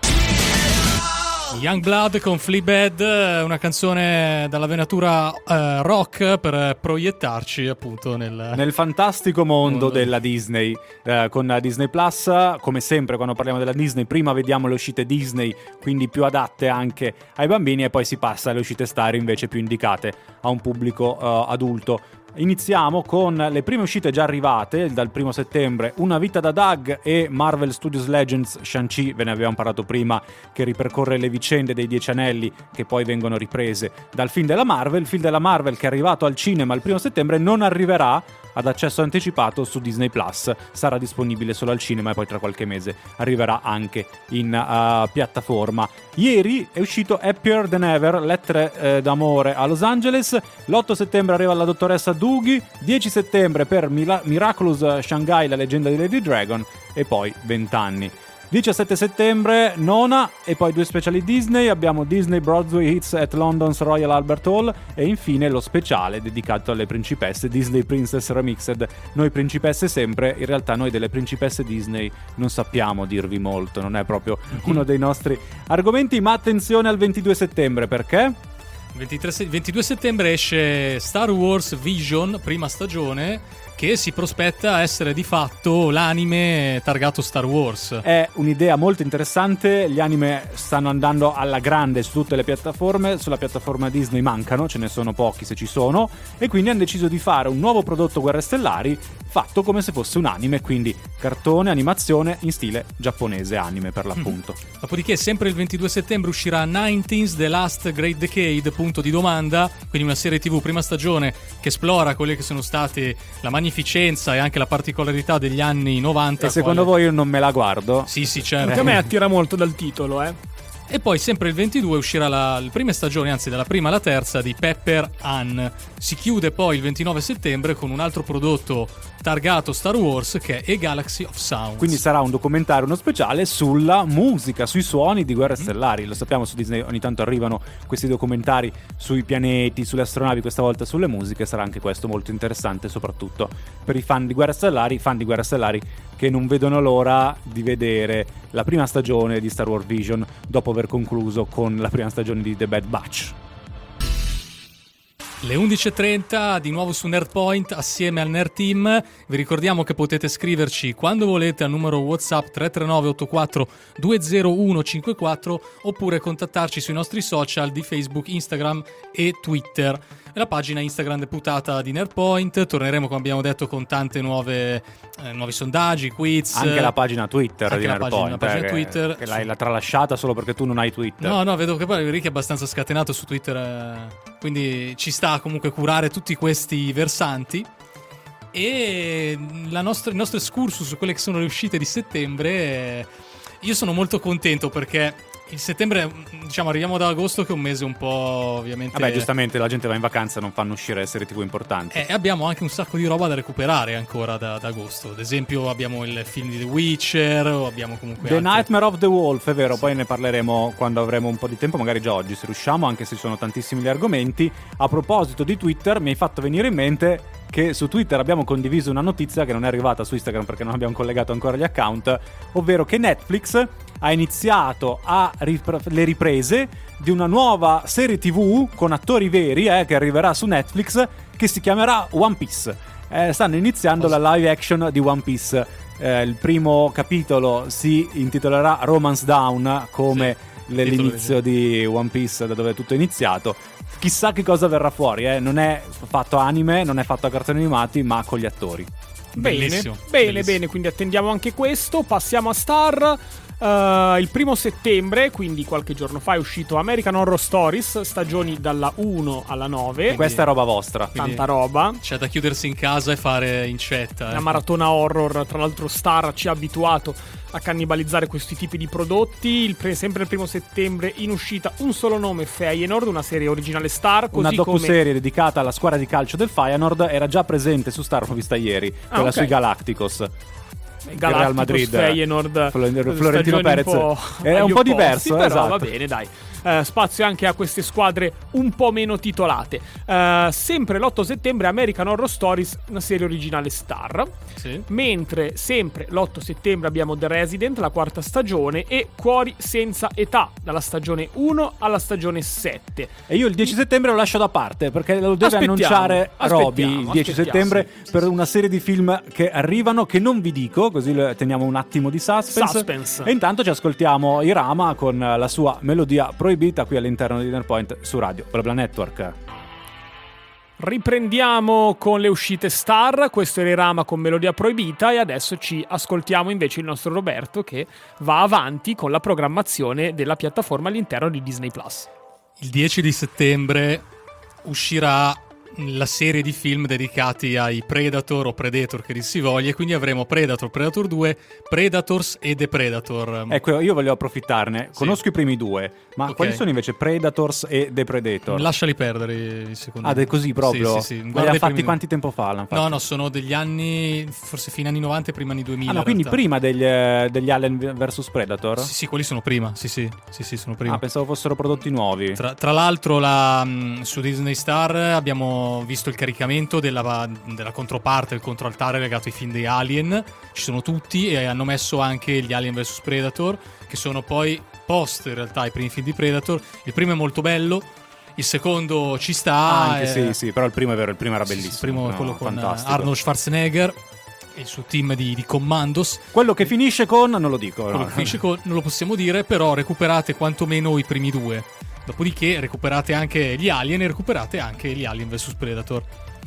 Youngblood con Fleabag, una canzone dalla venatura uh, rock per proiettarci appunto nel, nel fantastico mondo, mondo della Disney, eh, con Disney Plus. Come sempre quando parliamo della Disney, prima vediamo le uscite Disney, quindi più adatte anche ai bambini, e poi si passa alle uscite Star invece più indicate a un pubblico uh, adulto. Iniziamo con le prime uscite già arrivate dal primo settembre: Una vita da Doug e Marvel Studios Legends Shang-Chi, ve ne avevamo parlato prima, che ripercorre le vicende dei Dieci Anelli che poi vengono riprese dal film della Marvel. Il film della Marvel, che è arrivato al cinema il primo settembre, non arriverà ad accesso anticipato su Disney Plus, sarà disponibile solo al cinema e poi tra qualche mese arriverà anche in uh, piattaforma. Ieri è uscito Happier Than Ever, lettere eh, d'amore a Los Angeles. L'otto settembre arriva La dottoressa Doogie, dieci settembre per Mila- Miraculous Shanghai, la leggenda di Lady Dragon, e poi vent'anni. diciassette settembre Nona, e poi due speciali Disney. Abbiamo Disney Broadway Hits at London's Royal Albert Hall e infine lo speciale dedicato alle principesse, Disney Princess Remixed. Noi principesse sempre, in realtà noi delle principesse Disney non sappiamo dirvi molto, non è proprio uno dei nostri argomenti, ma attenzione al ventidue settembre, perché? ventitré, ventidue settembre esce Star Wars Vision, prima stagione, che si prospetta essere di fatto l'anime targato Star Wars. È un'idea molto interessante, gli anime stanno andando alla grande su tutte le piattaforme, sulla piattaforma Disney mancano, ce ne sono pochi se ci sono, e quindi hanno deciso di fare un nuovo prodotto Guerre Stellari fatto come se fosse un anime, quindi cartone, animazione in stile giapponese, anime per l'appunto. Mm. Dopodiché sempre il ventidue settembre uscirà nineties The Last Great Decade, punto di domanda, quindi una serie tv prima stagione che esplora quelle che sono state la magnificenza e anche la particolarità degli anni novanta. E secondo quale... voi io non me la guardo? Sì, sì, certo. Perché a me attira molto dal titolo, eh. E poi sempre il ventidue uscirà la, la prima stagione, anzi dalla prima alla terza, di Pepper Ann. Si chiude poi il ventinove settembre con un altro prodotto targato Star Wars che è A Galaxy of Sounds. Quindi sarà un documentario, uno speciale sulla musica, sui suoni di Guerre Stellari. Lo sappiamo, su Disney ogni tanto arrivano questi documentari sui pianeti, sulle astronavi, questa volta sulle musiche. Sarà anche questo molto interessante, soprattutto per i fan di Guerre Stellari, fan di Guerre Stellari che non vedono l'ora di vedere la prima stagione di Star Wars Vision dopo aver concluso con la prima stagione di The Bad Batch. Le undici e trenta di nuovo su Nerdpoint assieme al Nerd Team. Vi ricordiamo che potete scriverci quando volete al numero WhatsApp tre tre nove otto quattro due zero uno cinque quattro oppure contattarci sui nostri social di Facebook, Instagram e Twitter. La pagina Instagram deputata di Nerdpoint. Torneremo, come abbiamo detto, con tante nuove eh, nuovi sondaggi, quiz. Anche la pagina Twitter anche di la Nerdpoint, pagina, la pagina eh, Twitter. che l'hai la tralasciata solo perché tu non hai Twitter. No, no, vedo che poi Ricky è abbastanza scatenato su Twitter, eh, quindi ci sta comunque curare tutti questi versanti. E la nostra, il nostro excursus su quelle che sono le uscite di settembre, eh, io sono molto contento perché il settembre, diciamo, arriviamo da agosto, che è un mese un po' ovviamente... Vabbè, giustamente la gente va in vacanza, non fanno uscire serie tv importanti. E eh, abbiamo anche un sacco di roba da recuperare ancora da, da agosto. Ad esempio abbiamo il film di The Witcher, o abbiamo comunque The altri... Nightmare of the Wolf, è vero, sì. Poi ne parleremo quando avremo un po' di tempo, magari già oggi se riusciamo, anche se ci sono tantissimi gli argomenti. A proposito di Twitter, mi hai fatto venire in mente che su Twitter abbiamo condiviso una notizia che non è arrivata su Instagram perché non abbiamo collegato ancora gli account, ovvero che Netflix ha iniziato a rip- le riprese di una nuova serie tv con attori veri, eh, che arriverà su Netflix, che si chiamerà One Piece. Eh, stanno iniziando Cosa? la live action di One Piece. Eh, il primo capitolo si intitolerà Romance Down, come sì, l'inizio di One Piece, da dove tutto è iniziato. Chissà che cosa verrà fuori, eh. Non è fatto anime, non è fatto a cartoni animati, ma con gli attori. Bene, bellissimo, bene, bellissimo. bene, quindi attendiamo anche questo. Passiamo a Star. Uh, il primo settembre, quindi qualche giorno fa, è uscito American Horror Stories, stagioni dalla uno alla nove. E questa è roba vostra. Tanta roba. C'è da chiudersi in casa e fare incetta. Una eh. maratona horror. Tra l'altro Star ci ha abituato a cannibalizzare questi tipi di prodotti. Il pre- sempre il primo settembre in uscita Un solo nome, Feyenoord, una serie originale Star, così una docuserie come... dedicata alla squadra di calcio del Feyenoord. Era già presente su Star, l'ho vista ieri, ah, quella okay. sui Galacticos. Galacticos, Real Madrid, Feyenoord, Florentino Perez un po' è un po' opposti, diverso, però esatto. va bene, dai. eh, spazio anche a queste squadre un po' meno titolate. Eh, sempre l'otto settembre American Horror Stories, una serie originale Star. Sì. Mentre sempre l'otto settembre abbiamo The Resident, la quarta stagione, e Cuori senza età, dalla stagione uno alla stagione sette. E io il dieci settembre lo lascio da parte perché lo deve Aspettiamo, annunciare Roby aspettiamo, il dieci aspettiamo, settembre sì, sì, per sì. una serie di film che arrivano, che non vi dico, così lo- teniamo un attimo di suspense. Suspense. E intanto ci ascoltiamo Irama con la sua melodia proibita qui all'interno di Dinner Point su Radio BlaBla Network. Riprendiamo con le uscite Star, questo era Irama con Melodia Proibita, e adesso ci ascoltiamo invece il nostro Roberto che va avanti con la programmazione della piattaforma all'interno di Disney Plus. Il dieci di settembre uscirà la serie di film dedicati ai Predator o Predator che dir si voglia, e quindi avremo Predator, Predator due, Predators e The Predator. Ecco, io voglio approfittarne. Conosco i primi due, ma Ok. quali sono invece Predators e The Predator? Lasciali perdere i secondi. Ah, è così proprio? Sì, sì, sì. Ma li Guarda ha i fatti primi- quanti tempo fa? l'hanno fatti? No, no, sono degli anni, forse fine anni novanta e prima anni duemila. Ah, no, in quindi realtà. prima degli, eh, degli Alien versus Predator? Sì, sì, quelli sono prima. Sì, sì, sì, sì, sono prima. Ah, pensavo fossero prodotti nuovi. Tra, tra l'altro la, mh, su Disney Star abbiamo visto il caricamento della, della controparte, il controaltare legato ai film dei Alien. Ci sono tutti e hanno messo anche gli Alien versus Predator, che sono poi post in realtà ai primi film di Predator. Il primo è molto bello, il secondo ci sta. Anche eh, sì, sì, però il primo è vero, il primo era sì, sì, bellissimo. il primo è no, quello con fantastico. Arnold Schwarzenegger e il suo team di, di Commandos. Quello che finisce con, non lo dico. Quello no. che finisce con, non lo possiamo dire, però recuperate quantomeno i primi due. Dopodiché recuperate anche gli Alien e recuperate anche gli Alien versus Predator.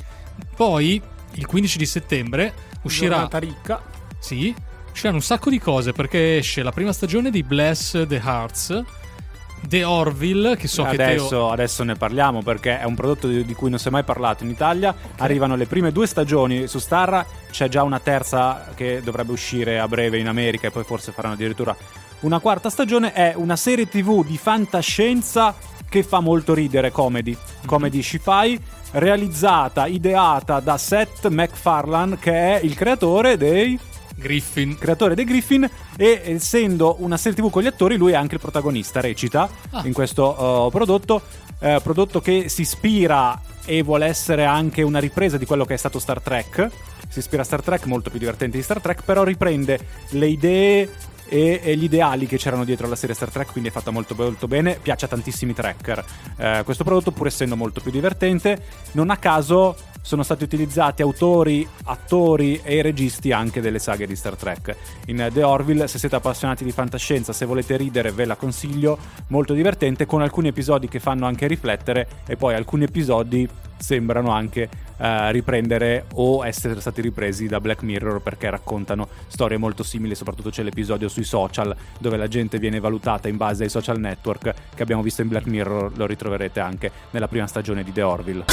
Poi il quindici di settembre uscirà, Giornata ricca. sì, usciranno un sacco di cose, perché esce la prima stagione di Bless the Hearts, The Orville, che so che adesso, Teo... adesso ne parliamo perché è un prodotto di, di cui non si è mai parlato in Italia. Arrivano le prime due stagioni su Star, c'è già una terza che dovrebbe uscire a breve in America e poi forse faranno addirittura una quarta stagione. È una serie tv di fantascienza che fa molto ridere, comedy, comedy sci-fi, realizzata, ideata da Seth MacFarlane, che è il creatore dei... Griffin. creatore dei Griffin, e essendo una serie tv con gli attori lui è anche il protagonista, recita Ah. in questo uh, prodotto uh, prodotto che si ispira e vuole essere anche una ripresa di quello che è stato Star Trek. Si ispira a Star Trek, molto più divertente di Star Trek, però riprende le idee e, e gli ideali che c'erano dietro alla serie Star Trek, quindi è fatta molto molto bene, piace a tantissimi tracker eh, questo prodotto, pur essendo molto più divertente. Non a caso sono stati utilizzati autori, attori e registi anche delle saghe di Star Trek. In The Orville, se siete appassionati di fantascienza, se volete ridere, ve la consiglio, molto divertente, con alcuni episodi che fanno anche riflettere, e poi alcuni episodi sembrano anche uh, riprendere o essere stati ripresi da Black Mirror, perché raccontano storie molto simili. Soprattutto c'è l'episodio sui social, dove la gente viene valutata in base ai social network, che abbiamo visto in Black Mirror, lo ritroverete anche nella prima stagione di The Orville.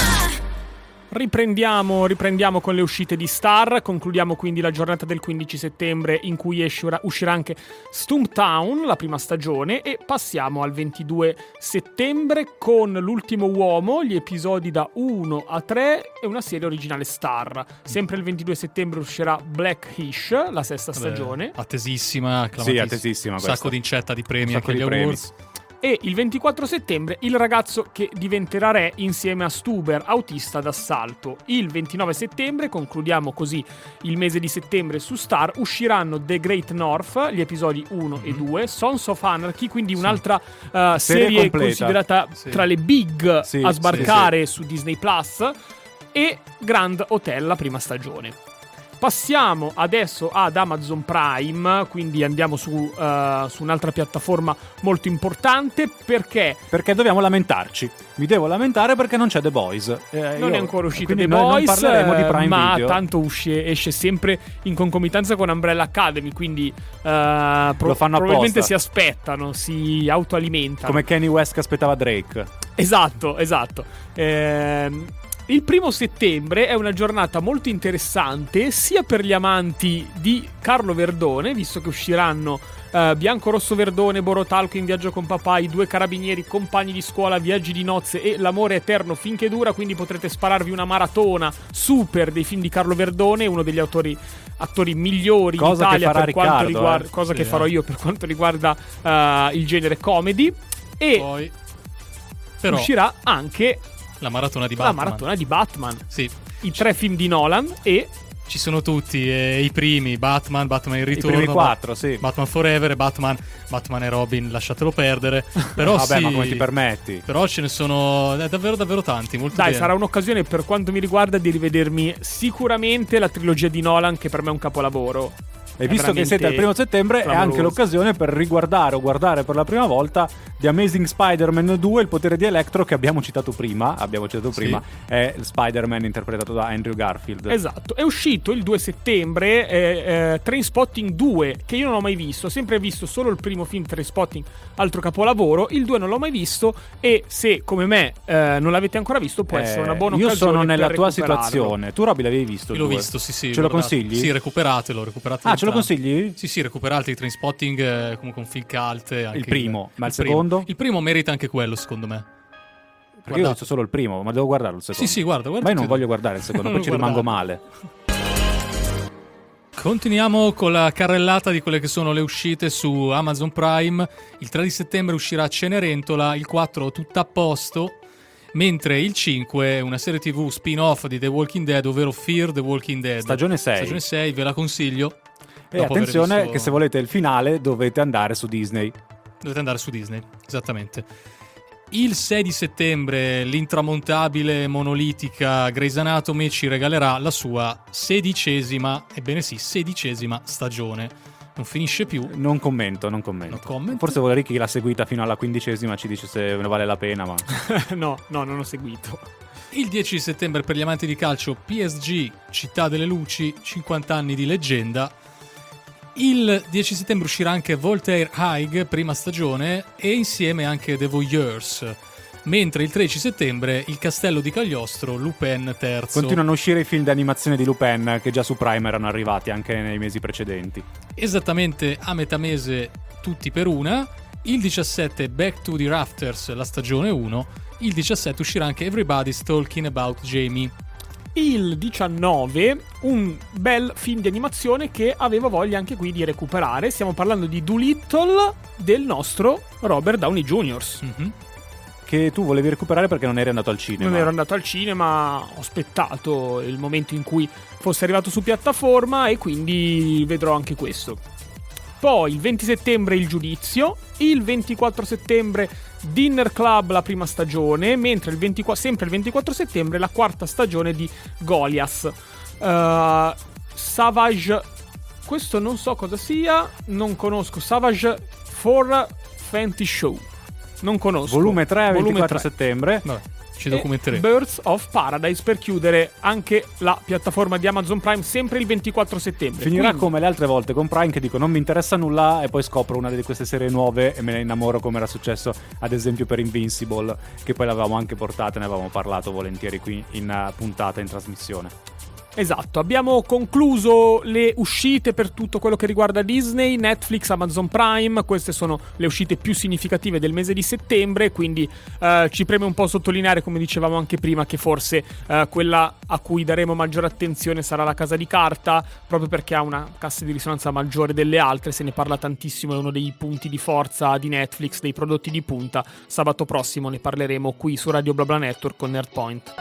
Riprendiamo, riprendiamo con le uscite di Star, concludiamo quindi la giornata del quindici settembre, in cui uscirà, uscirà anche Stumptown, la prima stagione, e passiamo al ventidue settembre con L'ultimo uomo, gli episodi da uno a tre e una serie originale Star. Sempre il ventidue settembre uscirà Blackish, la sesta stagione. Vabbè, attesissima, Sì, attesissima un questa. sacco di incetta di premi Un anche sacco agli di premi. awards. E il ventiquattro settembre Il ragazzo che diventerà re, insieme a Stuber, autista d'assalto. Il ventinove settembre, concludiamo così il mese di settembre su Star, usciranno The Great North, gli episodi uno mm-hmm. e due, Sons of Anarchy, quindi sì. un'altra uh, serie, Serie completa. considerata Sì. tra le big Sì, a sbarcare sì, su Disney Plus, e Grand Hotel, la prima stagione. Passiamo adesso ad Amazon Prime, quindi andiamo su, uh, su un'altra piattaforma molto importante, perché Perché dobbiamo lamentarci. Mi devo lamentare perché non c'è The Boys. Eh, non io- è ancora uscito quindi The noi Boys, non parleremo di Prime ma Video. tanto usce, esce sempre in concomitanza con Umbrella Academy, quindi uh, pro- Lo fanno probabilmente apposta. si aspettano, si autoalimentano. Come Kanye West che aspettava Drake. Esatto, esatto. Ehm, il primo settembre è una giornata molto interessante sia per gli amanti di Carlo Verdone, visto che usciranno uh, Bianco Rosso Verdone, Borotalco in viaggio con papà, I due carabinieri, Compagni di scuola, Viaggi di nozze e L'amore eterno finché dura, quindi potrete spararvi una maratona super dei film di Carlo Verdone, uno degli autori attori migliori Cosa in che Italia farà per quanto Riccardo, riguarda eh. cosa Sì, che farò eh. io per quanto riguarda uh, il genere comedy. E poi però uscirà anche la maratona di la Batman. maratona di Batman. Sì. I tre film di Nolan e Ci sono tutti, eh, i primi, Batman, Batman il ritorno, I primi quattro, sì. Batman Forever e Batman, Batman e Robin, lasciatelo perdere. Però Vabbè, sì, ma come ti permetti? Però ce ne sono eh, davvero davvero tanti, molto dai, bene. sarà un'occasione per quanto mi riguarda di rivedermi sicuramente la trilogia di Nolan, che per me è un capolavoro. E visto che siete al primo settembre, è anche l'occasione per riguardare o guardare per la prima volta The Amazing Spider-Man due, il potere di Electro, che abbiamo citato prima. Abbiamo citato Sì. prima, è Spider-Man interpretato da Andrew Garfield. Esatto, è uscito il due settembre eh, eh, Trainspotting due, che io non ho mai visto, ho sempre visto solo il primo film Trainspotting, altro capolavoro. Il due non l'ho mai visto e se come me eh, non l'avete ancora visto può Eh, essere una buona io occasione sono nella per tua recuperarlo. situazione. Tu, Roby, l'avevi visto? Io l'ho il due? visto, sì, sì. Ce lo guardate. consigli? Sì, recuperatelo, recuperatelo. Ah, ce lo entrambi. consigli? Sì, sì, recuperate il Trainspotting eh, come con Phil Cult. Anche Il primo, ma il primo. secondo? Il primo merita anche quello, secondo me. Perché io ho Guardate. visto solo il primo, ma devo guardarlo il secondo. Sì, sì, guarda, guarda. Ma io non tutti e voglio due. guardare il secondo, Non poi ci lo rimango guardare. male. Continuiamo con la carrellata di quelle che sono le uscite su Amazon Prime. Il tre di settembre uscirà Cenerentola, il quattro Tutto a posto, mentre il cinque è una serie tivù spin-off di The Walking Dead, ovvero Fear the Walking Dead. Stagione sei. Stagione sei, ve la consiglio. E Dopo aver attenzione visto- che se volete il finale dovete andare su Disney. Dovete andare su Disney, esattamente. Il sei di settembre l'intramontabile monolitica Grey's Anatomy ci regalerà la sua sedicesima, ebbene sì, sedicesima stagione. Non finisce più. Non commento, non commento. No comment. Forse vuole Ricky che l'ha seguita fino alla quindicesima, ci dice se ne vale la pena, ma... no, no, non ho seguito. Il dieci di settembre per gli amanti di calcio P S G, Città delle Luci, cinquanta anni di leggenda. Il dieci settembre uscirà anche Voltaire High, prima stagione, e insieme anche The Voyeurs. Mentre il tredici settembre Il Castello di Cagliostro, Lupin terzo. Continuano a uscire i film di animazione di Lupin che già su Prime erano arrivati anche nei mesi precedenti. Esattamente a metà mese tutti per una. Il diciassette Back to the Rafters, la stagione uno. Il diciassette uscirà anche Everybody's Talking About Jamie. Il diciannove un bel film di animazione che avevo voglia anche qui di recuperare. Stiamo parlando di Doolittle del nostro Robert Downey junior Mhm. Che tu volevi recuperare perché non eri andato al cinema. Non ero andato al cinema, ho aspettato il momento in cui fosse arrivato su piattaforma e quindi vedrò anche questo. Poi il venti settembre Il Giudizio, il ventiquattro settembre Dinner Club, la prima stagione, mentre il ventiquattro, sempre il ventiquattro settembre la quarta stagione di Goliath. Uh, Savage, questo non so cosa sia, non conosco. Savage for Fenty Show, non conosco. Volume tre, Volume ventiquattro tre. settembre. Vabbè, ci E documenteremo. Birds of Paradise per chiudere anche la piattaforma di Amazon Prime sempre il ventiquattro settembre. Finirà Quindi, come le altre volte con Prime che dico non mi interessa nulla e poi scopro una di queste serie nuove e me ne innamoro, come era successo ad esempio per Invincible, che poi l'avevamo anche portata e ne avevamo parlato volentieri qui in uh, puntata, in trasmissione. Esatto, abbiamo concluso le uscite per tutto quello che riguarda Disney, Netflix, Amazon Prime. Queste sono le uscite più significative del mese di settembre, quindi eh, ci preme un po' sottolineare, come dicevamo anche prima, che forse eh, quella a cui daremo maggiore attenzione sarà La Casa di Carta, proprio perché ha una cassa di risonanza maggiore delle altre. Se ne parla tantissimo, è uno dei punti di forza di Netflix, dei prodotti di punta. Sabato prossimo ne parleremo qui su Radio BlaBla Network con Nerdpoint.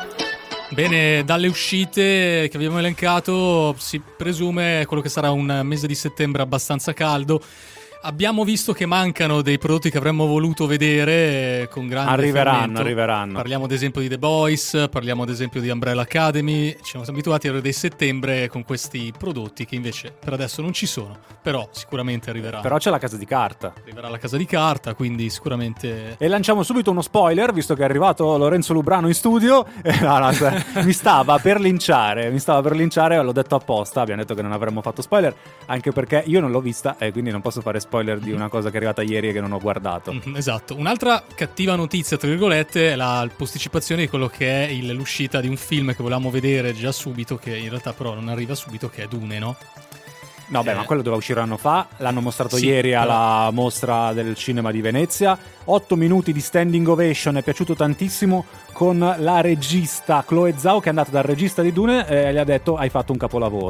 Bene, dalle uscite che abbiamo elencato si presume quello che sarà un mese di settembre abbastanza caldo. Abbiamo visto che mancano dei prodotti che avremmo voluto vedere con grande Arriveranno, fermento. arriveranno. Parliamo ad esempio di The Boys, parliamo ad esempio di Umbrella Academy. Ci siamo abituati a avere dei settembre con questi prodotti che invece per adesso non ci sono, però sicuramente arriveranno. Però c'è La Casa di Carta. Arriverà La Casa di Carta, quindi sicuramente... E lanciamo subito uno spoiler, visto che è arrivato Lorenzo Lubrano in studio. Eh, no, no, se- mi stava per linciare, mi stava per linciare, l'ho detto apposta, abbiamo detto che non avremmo fatto spoiler, anche perché io non l'ho vista e quindi non posso fare spoiler di una cosa che è arrivata ieri e che non ho guardato. Mhm, esatto. Un'altra cattiva notizia, tra virgolette, è la posticipazione di quello che è il- l'uscita di un film che volevamo vedere già subito, che in realtà però non arriva subito, che è Dune, no? No, beh, Eh. ma quello doveva uscire un anno fa. L'hanno mostrato Sì, ieri però- alla mostra del cinema di Venezia. Otto minuti di standing ovation, è piaciuto tantissimo. Con la regista Chloe Zhao, che è andata dal regista di Dune e gli ha detto: hai fatto un capolavoro.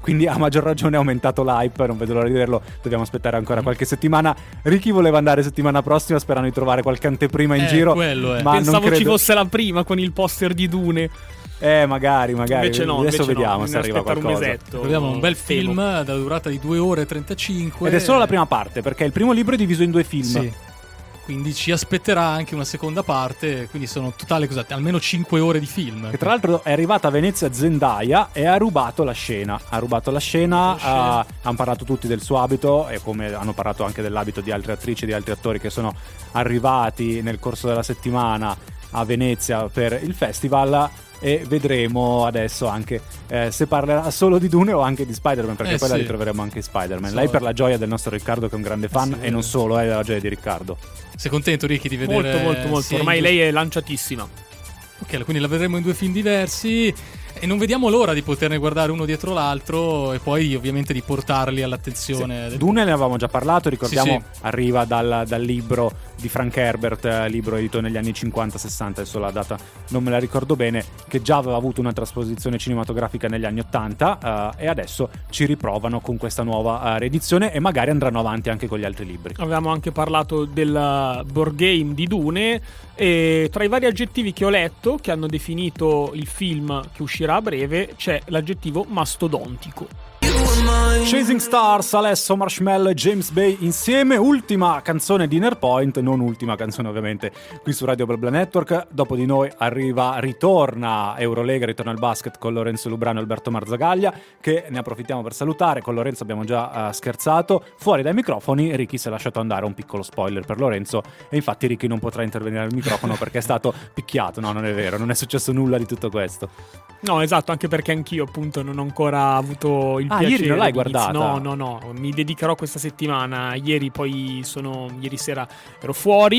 quindi a maggior ragione è aumentato l'hype, non vedo l'ora di vederlo, dobbiamo aspettare ancora qualche settimana. Ricky voleva andare settimana prossima sperando di trovare qualche anteprima in Eh, giro, quello è. ma Pensavo non credo... ci fosse la prima con il poster di Dune. Eh, magari, magari. Invece no, adesso invece vediamo no, se arriva aspettare qualcosa. un mesetto. Abbiamo un bel Fermo. film dalla durata di due ore e trentacinque. Ed è solo la prima parte, perché il primo libro è diviso in due film. Sì. Quindi ci aspetterà anche una seconda parte, quindi sono totale cos'è, almeno cinque ore di film. Che tra l'altro è arrivata a Venezia Zendaya e ha rubato la scena. Ha rubato la scena, La scena. uh, hanno parlato tutti del suo abito e come hanno parlato anche dell'abito di altre attrici e di altri attori che sono arrivati nel corso della settimana a Venezia per il festival. E vedremo adesso anche eh, se parlerà solo di Dune o anche di Spider-Man, perché Eh, poi sì. la ritroveremo anche in Spider-Man. So- Lei per la gioia del nostro Riccardo che è un grande fan, sì, e non vero. solo, è la gioia di Riccardo. Sei contento, Ricky, di vedere? Molto, molto, molto. sia Ormai in lei è lanciatissima. Ok, quindi la vedremo in due film diversi e non vediamo l'ora di poterne guardare uno dietro l'altro e poi ovviamente di portarli all'attenzione. del- Dune ne avevamo già parlato, ricordiamo, Sì, arriva dal, dal libro di Frank Herbert, eh, libro edito negli anni cinquanta sessanta, adesso la data non me la ricordo bene, che già aveva avuto una trasposizione cinematografica negli anni ottanta, eh, e adesso ci riprovano con questa nuova eh, riedizione e magari andranno avanti anche con gli altri libri. Avevamo anche parlato del board game di Dune e tra i vari aggettivi che ho letto che hanno definito il film che uscirà a breve c'è l'aggettivo mastodontico. Chasing Stars, Alesso, Marshmallow e James Bay insieme, ultima canzone di Nerdpoint, non ultima canzone ovviamente qui su Radio BlaBla Network. Dopo di noi arriva, ritorna Eurolega, ritorna il basket con Lorenzo Lubrano e Alberto Marzagaglia, che ne approfittiamo per salutare. Con Lorenzo abbiamo già uh, scherzato, fuori dai microfoni Ricky si è lasciato andare, un piccolo spoiler per Lorenzo, e infatti Ricky non potrà intervenire al microfono perché è stato picchiato. No, non è vero, non è successo nulla di tutto questo. No, esatto, anche perché anch'io appunto non ho ancora avuto il Ah, piacere. ieri non l'hai di- guardata? No, no, no, mi dedicherò questa settimana. Ieri poi sono, ieri sera ero fuori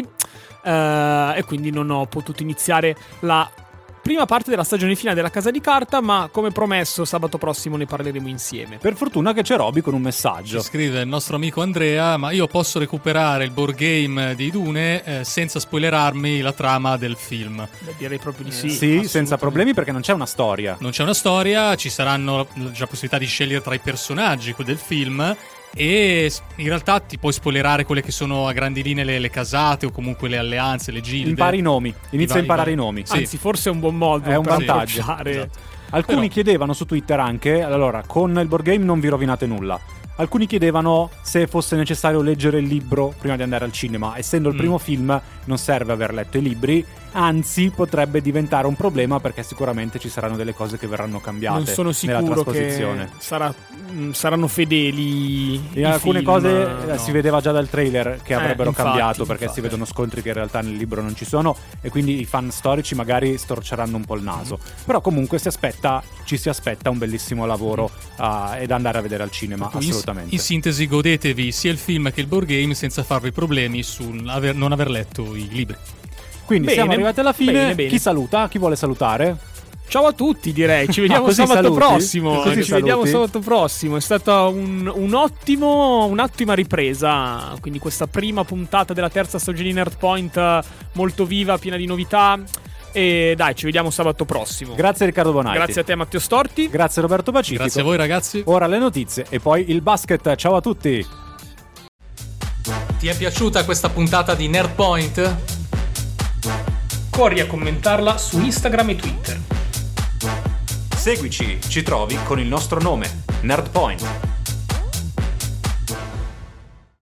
eh, e quindi non ho potuto iniziare la prima parte della stagione finale della Casa di Carta, ma come promesso sabato prossimo ne parleremo insieme. Per fortuna che c'è Roby con un Ci messaggio. scrive il nostro amico Andrea, ma io posso recuperare il board game di Dune eh, senza spoilerarmi la trama del film. Beh, direi proprio di Eh, sì. Sì, senza assolutamente. problemi perché non c'è una storia. Non c'è una storia, ci saranno già possibilità di scegliere tra i personaggi del film e in realtà ti puoi spoilerare quelle che sono a grandi linee le, le casate o comunque le alleanze, le gilde. Impari i nomi, inizia a vari- imparare i nomi. Sì. Anzi, forse è un buon modo È un per vantaggio. approcciare. Esatto. Alcuni Però- chiedevano su Twitter anche, allora, con il board game non vi rovinate nulla. Alcuni chiedevano se fosse necessario leggere il libro prima di andare al cinema. Essendo il Mm. primo film non serve aver letto i libri, anzi potrebbe diventare un problema perché sicuramente ci saranno delle cose che verranno cambiate Non sono nella sicuro che trasposizione. sarà, mh, saranno fedeli E i alcune film, cose eh, no. si vedeva già dal trailer che Eh, avrebbero infatti, cambiato perché infatti. si vedono scontri che in realtà nel libro non ci sono e quindi i fan storici magari storceranno un po' il naso. Però comunque si aspetta, ci si aspetta un bellissimo lavoro uh, ed andare a vedere al cinema, In- assolutamente. In sintesi, godetevi sia il film che il board game senza farvi problemi sul aver- non aver letto i libri. Quindi Bene, siamo arrivati alla fine. bene, bene. Chi saluta? Chi vuole salutare? Ciao a tutti, direi. Ci vediamo Ah, così sabato saluti? prossimo. Così Ci vediamo saluti? sabato prossimo. È stata un, un ottimo, un'ottima ripresa. Quindi questa prima puntata della terza stagione di Nerdpoint eh, molto viva, piena di novità. E dai, ci vediamo sabato prossimo. Grazie Riccardo Bonatti. Grazie a te, Matteo Storti. Grazie Roberto Pacifico. Grazie a voi, ragazzi. Ora le notizie e poi il basket. Ciao a tutti. Ti è piaciuta questa puntata di Nerdpoint? Corri a commentarla su Instagram e Twitter. Seguici, ci trovi con il nostro nome, Nerdpoint.